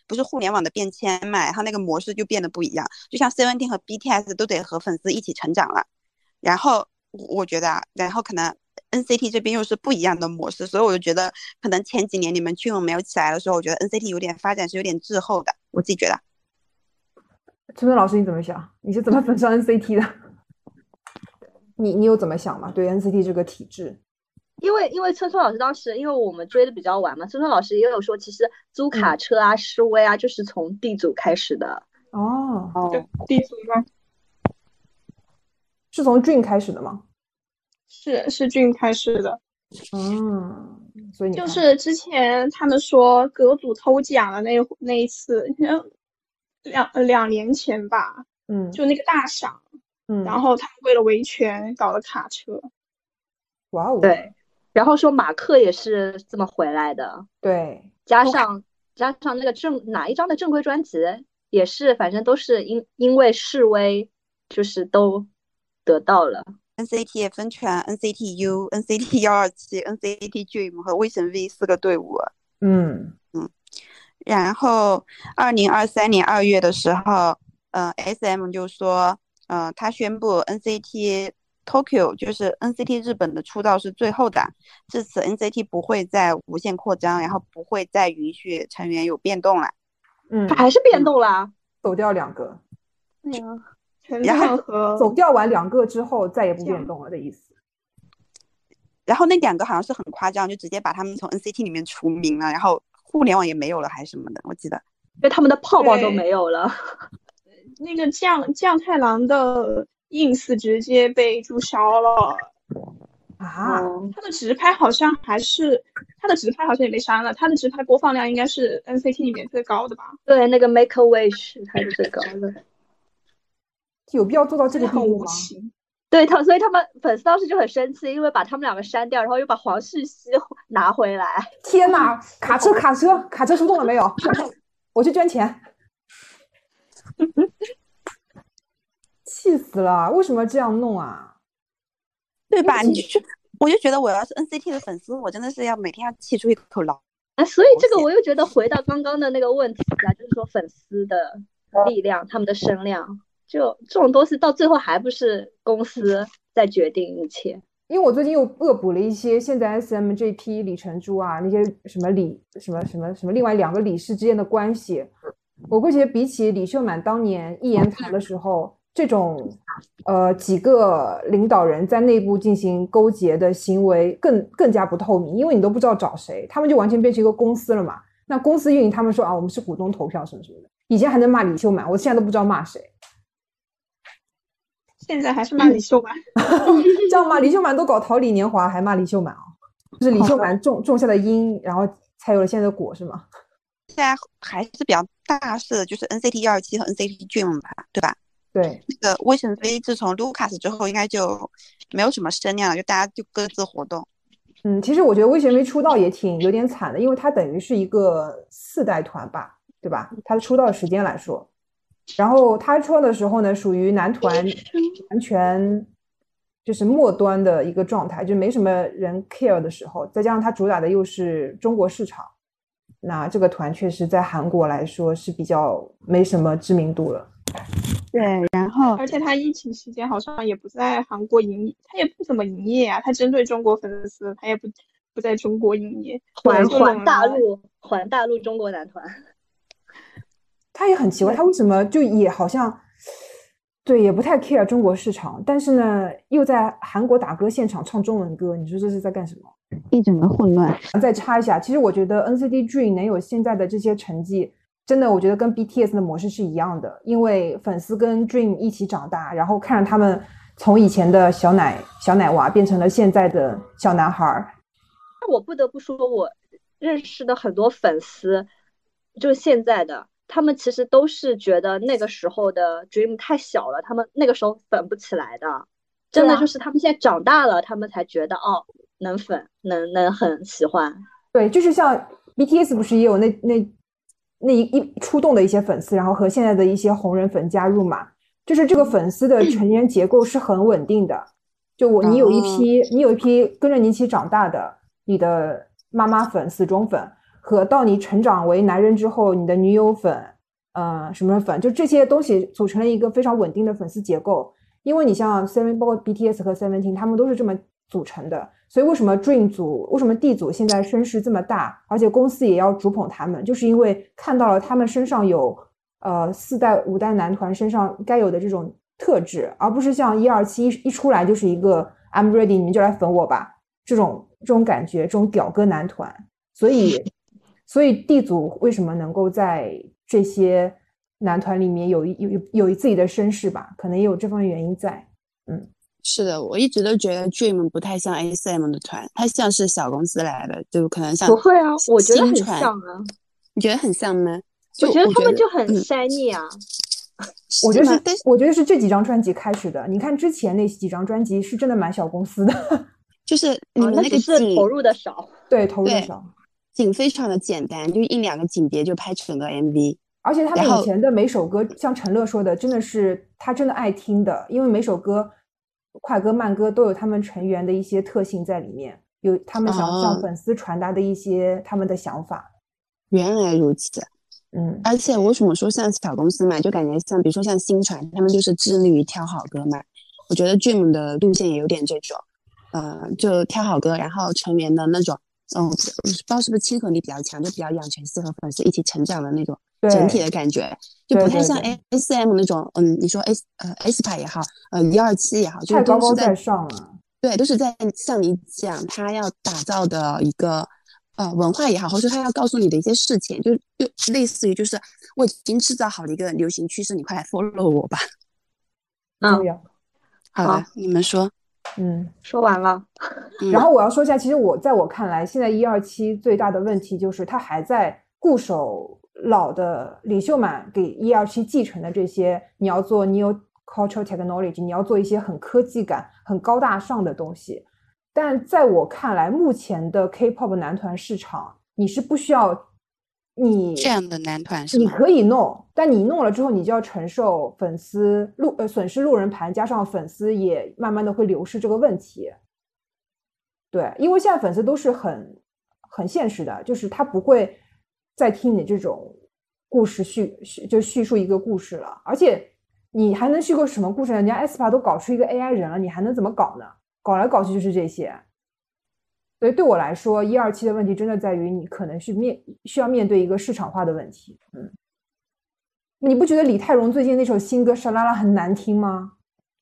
Speaker 2: 不是互联网的变迁嘛，然后那个模式就变得不一样，就像 Seventeen 和 B T S 都得和粉丝一起成长了，然后我觉得啊，然后可能 N C T 这边又是不一样的模式，所以我就觉得可能前几年你们Dream没有起来的时候，我觉得 N C T 有点发展是有点滞后的，我自己觉得。
Speaker 1: 春春老师你怎么想？你是怎么粉上 N C T 的？你你有怎么想吗？对 N C T 这个体制？
Speaker 3: 因为因为春春老师当时，因为我们追的比较晚嘛，春春老师也有说，其实租卡车啊、嗯、示威啊，就是从 D 组开始的。
Speaker 1: 哦
Speaker 4: 哦 ，D 组吗？
Speaker 1: 是从 Dream 开始的吗？
Speaker 4: 是是 Dream 开始的。
Speaker 1: 嗯，所以你
Speaker 4: 就是之前他们说各组抽奖的那那一次，两两年前吧，
Speaker 1: 嗯，
Speaker 4: 就那个大赏，
Speaker 1: 嗯，
Speaker 4: 然后他们为了维权搞了卡车。
Speaker 1: 哇哦，
Speaker 3: 对。然后说马克也是这么回来的，
Speaker 1: 对，
Speaker 3: 加上加上那个正哪一张的正规专辑也是，反正都是因因为示威，就是都得到了。
Speaker 2: N C T 也分成 N C T U、N C T 一二七、N C T Dream 和 Vision V 四个队伍。
Speaker 1: 嗯
Speaker 2: 嗯，然后二零二三年二月的时候，呃 ，S M 就说，呃，他宣布 N C T Tokyo 就是 N C T 日本的出道是最后的，至此 N C T 不会再无限扩张，然后不会再允许成员有变动了。
Speaker 3: 嗯，他还是变动了，
Speaker 1: 嗯、走掉两个。
Speaker 3: 对呀、
Speaker 4: 啊，
Speaker 1: 然后走掉完两个之后再也不变动了的意思。
Speaker 2: 然后那两个好像是很夸张，就直接把他们从 N C T 里面除名了，然后互联网也没有了还是什么的，我记得。
Speaker 3: 因为他们的泡泡都没有了。
Speaker 4: 那个酱酱太郎的 ins 直接被注销了
Speaker 1: 啊！
Speaker 4: 他的直拍好像还是他的直拍好像也被删了，他的直拍播放量应该是 N C T 里面最高的吧？
Speaker 3: 对，那个 Make a Wish 还是最高的。
Speaker 1: 有必要做到这个地步吗？
Speaker 3: 对他，所以他们粉丝当时就很生气，因为把他们两个删掉，然后又把黄旭熙拿回来。
Speaker 1: 天哪！卡车卡车卡车出动了没有？我去捐钱。气死了！为什么这样弄啊？
Speaker 2: 对吧？你就我就觉得我要是 N C T 的粉丝，我真的是要每天要气出一口老。
Speaker 3: 啊，所以这个我又觉得回到刚刚的那个问题啊，就是说粉丝的力量，他们的声量。就这种东西到最后还不是公司在决定一切。
Speaker 1: 因为我最近又恶补了一些现在 S M 这批李成洙啊，那些什么李什么什么什么另外两个理事之间的关系，我会觉得比起李秀满当年一言堂的时候，这种呃几个领导人在内部进行勾结的行为更更加不透明，因为你都不知道找谁，他们就完全变成一个公司了嘛。那公司运营他们说啊，我们是股东投票什么什么的，以前还能骂李秀满，我现在都不知道骂谁。
Speaker 4: 现在还是骂李秀满，
Speaker 1: 这样骂李秀满都搞桃李年华，还骂李秀满啊？就是李秀满种种下的因，然后才有了现在的果，是吗？
Speaker 2: 现在还是比较大势的，就是 N C T 一二七和 N C T Dream 吧，对吧？
Speaker 1: 对，
Speaker 2: 那个威神飞自从 Lucas 之后，应该就没有什么声量了，就大家就各自活动。
Speaker 1: 嗯，其实我觉得威神飞出道也挺有点惨的，因为他等于是一个四代团吧，对吧？他的出道时间来说。然后他出道的时候呢，属于男团完全就是末端的一个状态，就没什么人 care 的时候，再加上他主打的又是中国市场，那这个团确实在韩国来说是比较没什么知名度了。
Speaker 5: 对，然后
Speaker 4: 而且他疫情期间好像也不在韩国营，他也不怎么营业啊，他针对中国粉丝，他也不不在中国营业，
Speaker 3: 环环大陆环大陆中国男团。
Speaker 1: 他也很奇怪，他为什么就也好像对也不太 care 中国市场，但是呢又在韩国打歌现场唱中文歌，你说这是在干什么？
Speaker 5: 一整个混乱。
Speaker 1: 再插一下，其实我觉得 N C T Dream 能有现在的这些成绩，真的我觉得跟 B T S 的模式是一样的，因为粉丝跟 Dream 一起长大，然后看着他们从以前的小奶小奶娃变成了现在的小男孩。
Speaker 3: 我不得不说，我认识的很多粉丝，就是现在的。他们其实都是觉得那个时候的 Dream 太小了，他们那个时候粉不起来的，真的就是他们现在长大了，他们才觉得哦，能粉，能能很喜欢。
Speaker 1: 对，就是像 B T S 不是也有那那那一一出动的一些粉丝，然后和现在的一些红人粉加入嘛，就是这个粉丝的成员结构是很稳定的。就我你有一批、嗯、你有一批跟着你一起长大的你的妈妈粉、死忠粉。 和到你成长为男人之后你的女友粉呃什么粉，就这些东西组成了一个非常稳定的粉丝结构。因为你像 Seven 包括 B T S 和 Seventeen 他们都是这么组成的，所以为什么 Dream 组为什么 D 组现在声势这么大，而且公司也要主捧他们，就是因为看到了他们身上有呃四代五代男团身上该有的这种特质，而不是像一二七一出来就是一个 I'm ready 你们就来粉我吧这种这种感觉，这种屌哥男团。所以所以 D 组为什么能够在这些男团里面有一有有自己的身世吧，可能也有这方面原因在。嗯，
Speaker 2: 是的，我一直都觉得 Dream 不太像 S M 的团，它像是小公司来的，就可能像
Speaker 3: 不会啊，我觉得很
Speaker 2: 新传
Speaker 3: 像啊。
Speaker 2: 你觉得很像吗？
Speaker 3: 我觉得他们就很
Speaker 2: 嗯
Speaker 3: shiny 啊。
Speaker 1: 我觉得是
Speaker 2: 但是
Speaker 1: 我觉得是这几张专辑开始的。你看之前那几张专辑是真的蛮小公司的，
Speaker 2: 就是你们
Speaker 3: 哦、那
Speaker 2: 个
Speaker 3: 只是
Speaker 2: 景
Speaker 3: 投入的少。
Speaker 1: 对，投入的
Speaker 2: 对
Speaker 1: 少。
Speaker 2: 景非常的简单，就一两个景别就拍整个 M V。
Speaker 1: 而且他们
Speaker 2: 然后
Speaker 1: 以前的每首歌，像陈乐说的，真的是他真的爱听的，因为每首歌快歌慢歌都有他们成员的一些特性在里面，有他们想
Speaker 2: 哦
Speaker 1: 向粉丝传达的一些他们的想法。
Speaker 2: 原来如此。
Speaker 1: 嗯，
Speaker 2: 而且为什么说像小公司嘛，就感觉像比如说像新传，他们就是致力于挑好歌嘛。我觉得 Dream 的路线也有点这种，呃，就挑好歌，然后成员的那种，嗯，不知道是不是亲和力比较强，就比较养成系和粉丝一起成长的那种整体的感觉，就不太像 S M 那种，嗯，你说 S 呃 aespa 也好，呃一二七也好，就
Speaker 1: 太高高
Speaker 2: 都是在
Speaker 1: 在上了。
Speaker 2: 对，都是在向你讲他要打造的一个呃文化也好，或者说他要告诉你的一些事情，就就类似于就是我已经制造好了一个流行趋势，你快来 follow 我吧。
Speaker 3: 嗯，
Speaker 2: 好的，你们说。
Speaker 1: 嗯，
Speaker 3: 说完了。
Speaker 1: 然后我要说一下，其实我在我看来，现在一二七最大的问题就是他还在固守老的领袖们给一二七继承的这些，你要做 neo cultural technology， 你要做一些很科技感、很高大上的东西。但在我看来，目前的 K-pop 男团市场，你是不需要你
Speaker 2: 这样的男团是吗？
Speaker 1: 你可以弄，但你弄了之后，你就要承受粉丝路呃损失路人盘，加上粉丝也慢慢的会流失这个问题。对，因为现在粉丝都是很很现实的，就是他不会再听你这种故事叙叙就叙述一个故事了，而且你还能叙个什么故事呢？人家 aespa 都搞出一个 A I 人了，你还能怎么搞呢？搞来搞去就是这些。所以对我来说，一二七的问题真的在于你可能是面需要面对一个市场化的问题。嗯，你不觉得李泰容最近那首新歌《沙拉拉》很难听吗？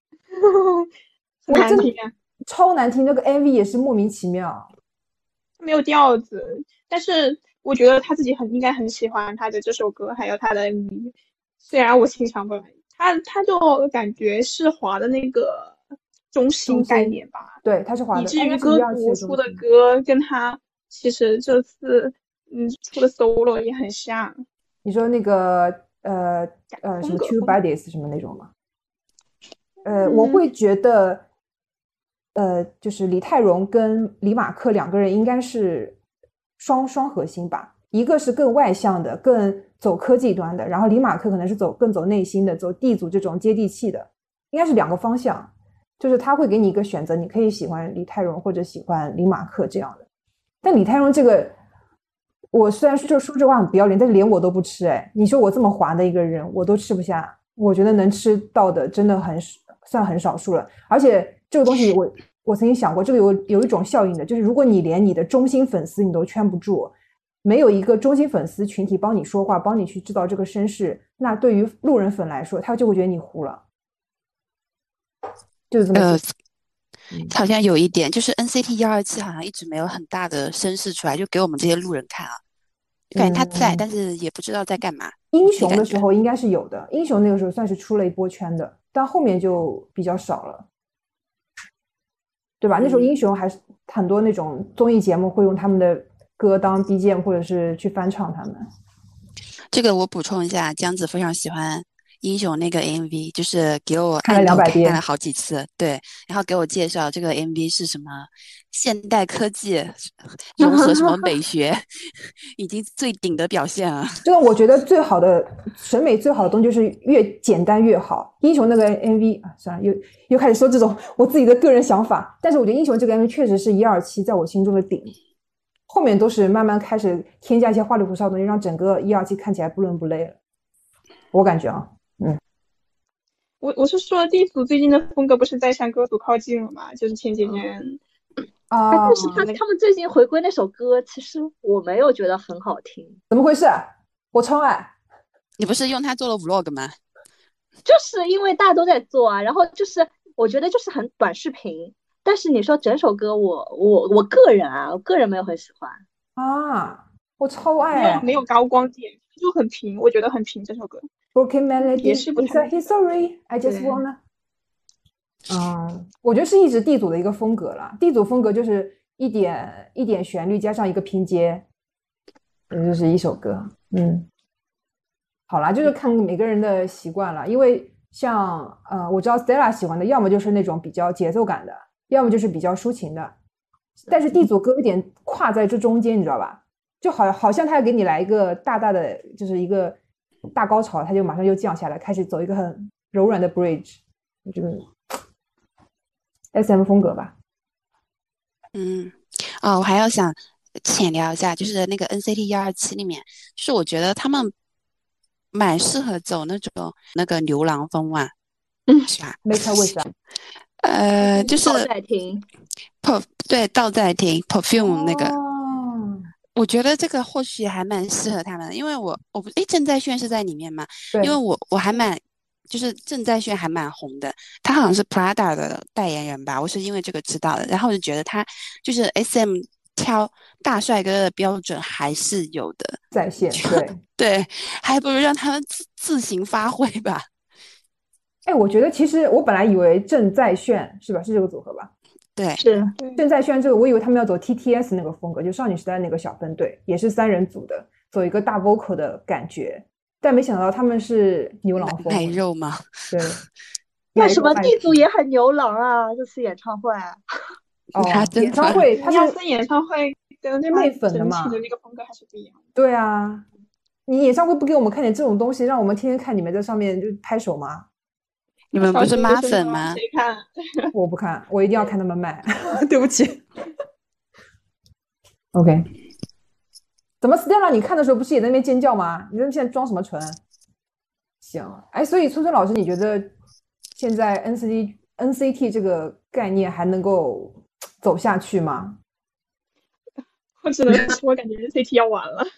Speaker 4: 难听啊，
Speaker 1: 超难听，那个 M V 也是莫名其妙，
Speaker 4: 没有调子。但是我觉得他自己很应该很喜欢他的这首歌，还有他的 M V。虽然我欣赏不来，他他就感觉是华的那个中心概念吧，
Speaker 1: 对，他是华的，
Speaker 4: 以至于歌图出的歌跟他其实这次嗯出的 solo 也很像。
Speaker 1: 你说那个呃呃什么 Two Bodies 什么那种吗？呃，
Speaker 4: 嗯、
Speaker 1: 我会觉得，呃，就是李泰容跟李马克两个人应该是双双核心吧，一个是更外向的，更走科技端的，然后李马克可能是走更走内心的，走D组这种接地气的，应该是两个方向。就是他会给你一个选择，你可以喜欢李泰容或者喜欢李马克这样的。但李泰容这个，我虽然就说这话很不要脸，但是连我都不吃哎。你说我这么滑的一个人，我都吃不下。我觉得能吃到的真的很算很少数了。而且这个东西我，我我曾经想过，这个有有一种效应的，就是如果你连你的中心粉丝你都圈不住，没有一个中心粉丝群体帮你说话，帮你去制造这个声势，那对于路人粉来说，他就会觉得你糊了。就是这么
Speaker 2: 呃，好像有一点，就是 N C T 一二七好像一直没有很大的声势出来，就给我们这些路人看啊，感觉他在、嗯，但是也不知道在干嘛。
Speaker 1: 英雄的时候应该是有的，英雄那个时候算是出了一波圈的，但后面就比较少了，对吧？嗯、那时候英雄还是很多那种综艺节目会用他们的歌当 B G M， 或者是去翻唱他们。
Speaker 2: 这个我补充一下，姜子非常喜欢英雄那个 M V， 就是给我
Speaker 1: 看了两百遍，
Speaker 2: 看了好几次，对，然后给我介绍这个 M V 是什么现代科技融合什么美学，已经最顶的表现了。
Speaker 1: 这个我觉得最好的审美最好的东西就是越简单越好。英雄那个 M V 啊，算了，又又开始说这种我自己的个人想法，但是我觉得英雄这个 M V 确实是一二七在我心中的顶。 后面都是慢慢开始添加一些花里胡哨的东西，让整个一二期看起来不伦不类了。我感觉啊，嗯，
Speaker 4: 我我是说地组最近的风格不是在向歌组靠近了吗？就是前几年
Speaker 1: 啊、
Speaker 3: 但是他他们最近回归那首歌，其实我没有觉得很好听。
Speaker 1: 怎么回事？我超爱。
Speaker 2: 你不是用它做了 vlog 吗？
Speaker 3: 就是因为大家都在做啊，然后就是我觉得就是很短视频，但是你说整首歌我我我个人啊，我个人没有很喜欢
Speaker 1: 啊，我超爱、
Speaker 4: 没有没有高光点，就很平，我觉得很平这首歌。
Speaker 1: Broken Melody
Speaker 4: 也是不
Speaker 1: is
Speaker 4: 太
Speaker 1: a history, I just wanna。嗯，我觉得是一直 D 组的一个风格啦。D 组风格就是一点一点旋律加上一个拼接，这就是一首歌。嗯，好啦，就是看每个人的习惯了。因为像呃，我知道 Stella 喜欢的，要么就是那种比较节奏感的，要么就是比较抒情的。但是 D 组歌有点跨在这中间，你知道吧？就好好像他要给你来一个大大的，就是一个大高潮，他就马上又降下来，开始走一个很柔软的 bridge， 这个 S M 风格吧。
Speaker 2: 嗯，哦，我还要想浅聊一下，就是那个 N C T 一二七里面，就是我觉得他们蛮适合走那种那个牛郎风啊，
Speaker 3: 嗯，
Speaker 2: 是吧？
Speaker 1: Make her wish 啊，
Speaker 2: 呃，就是
Speaker 3: 倒在听
Speaker 2: perf 对倒在听 perfume 那个。
Speaker 1: 哦，
Speaker 2: 我觉得这个或许还蛮适合他们的，因为我我不诶郑在炫是在里面嘛，
Speaker 1: 对，
Speaker 2: 因为我我还蛮就是郑在炫还蛮红的，他好像是 Prada 的代言人吧，我是因为这个知道的，然后我就觉得他就是 S M 挑大帅哥的标准还是有的，
Speaker 1: 在线，对。
Speaker 2: 对，还不如让他们自自行发挥吧。
Speaker 1: 哎，我觉得其实我本来以为郑在炫是吧，是这个组合吧？
Speaker 2: 对，
Speaker 3: 是
Speaker 1: 郑在炫这个，我以为他们要走 T T S 那个风格，就少女时代那个小分队，也是三人组的，走一个大 vocal 的感觉，但没想到他们是牛郎风。
Speaker 2: 奶肉吗？
Speaker 1: 对，
Speaker 3: 为什么 D 组也很牛郎啊？这次演唱会啊，
Speaker 1: 哦，
Speaker 2: 他真的
Speaker 1: 演唱会他是
Speaker 4: 尼亚森演唱会跟他
Speaker 1: 是媚粉的嘛
Speaker 4: 整体的那个风格还是不一样。
Speaker 1: 对啊，你演唱会不给我们看点这种东西，让我们天天看你们在上面就拍手吗？
Speaker 2: 你们不是妈粉吗？
Speaker 4: 谁看？
Speaker 1: 我不看，我一定要看他们卖。对不起。OK， 怎么 Stella 你看的时候不是也在那边尖叫吗？你在现在装什么纯？行，哎，所以村村老师，你觉得现在 N C T N C T 这个概念还能够走下去吗？
Speaker 4: 我只能说，我感觉 N C T 要完了。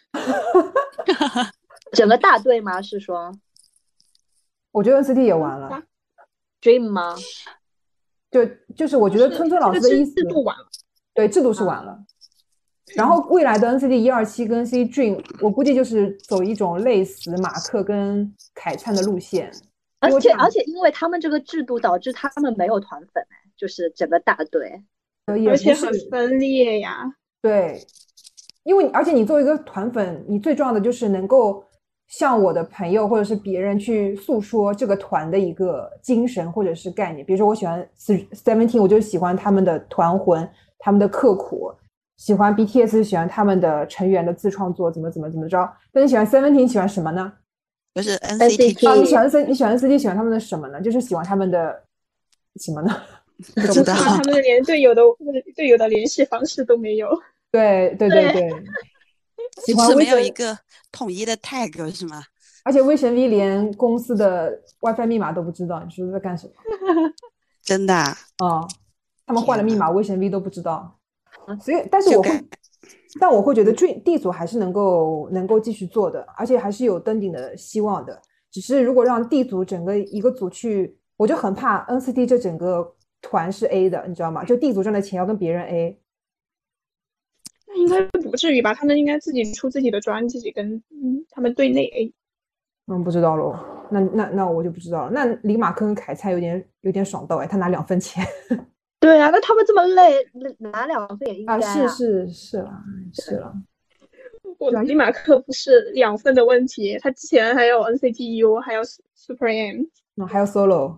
Speaker 3: 整个大队吗？是说
Speaker 1: 我觉得 N C T 也完了。
Speaker 3: Dream 吗？
Speaker 1: 就就是我觉得村村老师的意思，
Speaker 4: 制度完了，
Speaker 1: 对，制度是完了。然后未来的 N C T 一二七跟 N C T Dream， 我估计就是走一种类似马克跟凯灿的路线。
Speaker 3: 而且而且因为他们这个制度导致他们没有团粉，就是整个大队，
Speaker 4: 而且很分裂呀。
Speaker 1: 对，因为而且你作为一个团粉，你最重要的就是能够向我的朋友或者是别人去诉说这个团的一个精神或者是概念。比如说我喜欢 Seventeen， 我就喜欢他们的团魂，他们的刻苦。喜欢 B T S 喜欢他们的成员的自创作怎么怎么怎么着，但你喜欢 Seventeen 喜欢什么呢？
Speaker 2: 就是 N C T
Speaker 1: 啊，你喜欢 N 你喜欢 N C T 喜欢他们的什么呢？就是喜欢他们的什么呢？
Speaker 2: 不知道，
Speaker 4: 他们连队友的队友的联系方式都没有。
Speaker 1: 对对对对，喜欢
Speaker 2: 是没有一个统一的 tag 是吗？
Speaker 1: 而且威神 V 连公司的 WiFi 密码都不知道，你说在干什么？
Speaker 2: 真的啊？
Speaker 1: 哦、嗯，他们换了密码，威神 V 都不知道。所以，但是我会，但我会觉得 D 组还是能够能够继续做的，而且还是有登顶的希望的。只是如果让 D 组整个一个组去，我就很怕 N C T 这整个团是 A 的，你知道吗？就 D 组赚的钱要跟别人 A。
Speaker 4: 那应该不至于吧？他们应该自己出自己的专辑，跟嗯他们队内 A。
Speaker 1: 嗯，不知道喽。那那那我就不知道了。那李马克跟凯灿有点有点爽到哎，他拿两分钱。
Speaker 3: 对啊，那他们这么累，拿两份也应该啊。
Speaker 1: 啊，是是是了，是了。
Speaker 4: 我李马克不是两份的问题，他之前还有 N C T U， 还有 Supreme，
Speaker 1: 嗯，还有 Solo。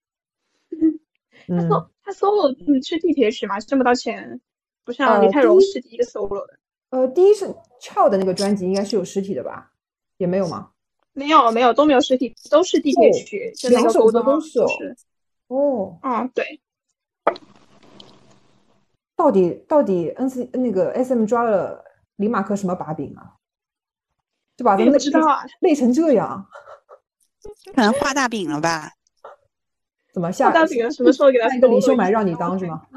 Speaker 4: 他 solo 他 solo 嗯是地铁曲嘛，挣不到钱，不像李泰容是第一个 solo 的。
Speaker 1: 呃，第一是 Child 的那个专辑应该是有实体的吧？也没有吗？
Speaker 4: 没有没有都没有实体，都是地铁曲，就那个
Speaker 1: 两首歌都是。
Speaker 4: 哦，
Speaker 1: 哦，
Speaker 4: 啊对。
Speaker 1: 到底到底 N C 那个 S M 抓了李马克什么把柄啊？就把他累
Speaker 4: 不知道啊，
Speaker 1: 累成这样，
Speaker 2: 可能画大饼了吧？
Speaker 1: 怎么下
Speaker 4: 大饼什么时候给他
Speaker 1: 下一个李秀满让你当是吗？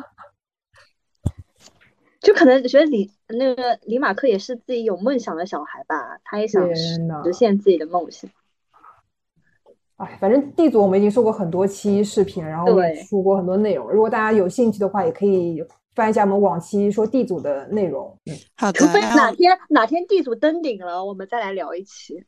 Speaker 3: 就可能觉得李那个李马克也是自己有梦想的小孩吧，他也想实现自己的梦想。
Speaker 1: 哎，反正地主我们已经说过很多期视频，然后我们也说过很多内容。如果大家有兴趣的话，也可以翻一下我们往期说地主的内容。嗯，
Speaker 2: 好的。
Speaker 3: 除非哪天哪天地主登顶了，我们再来聊一期。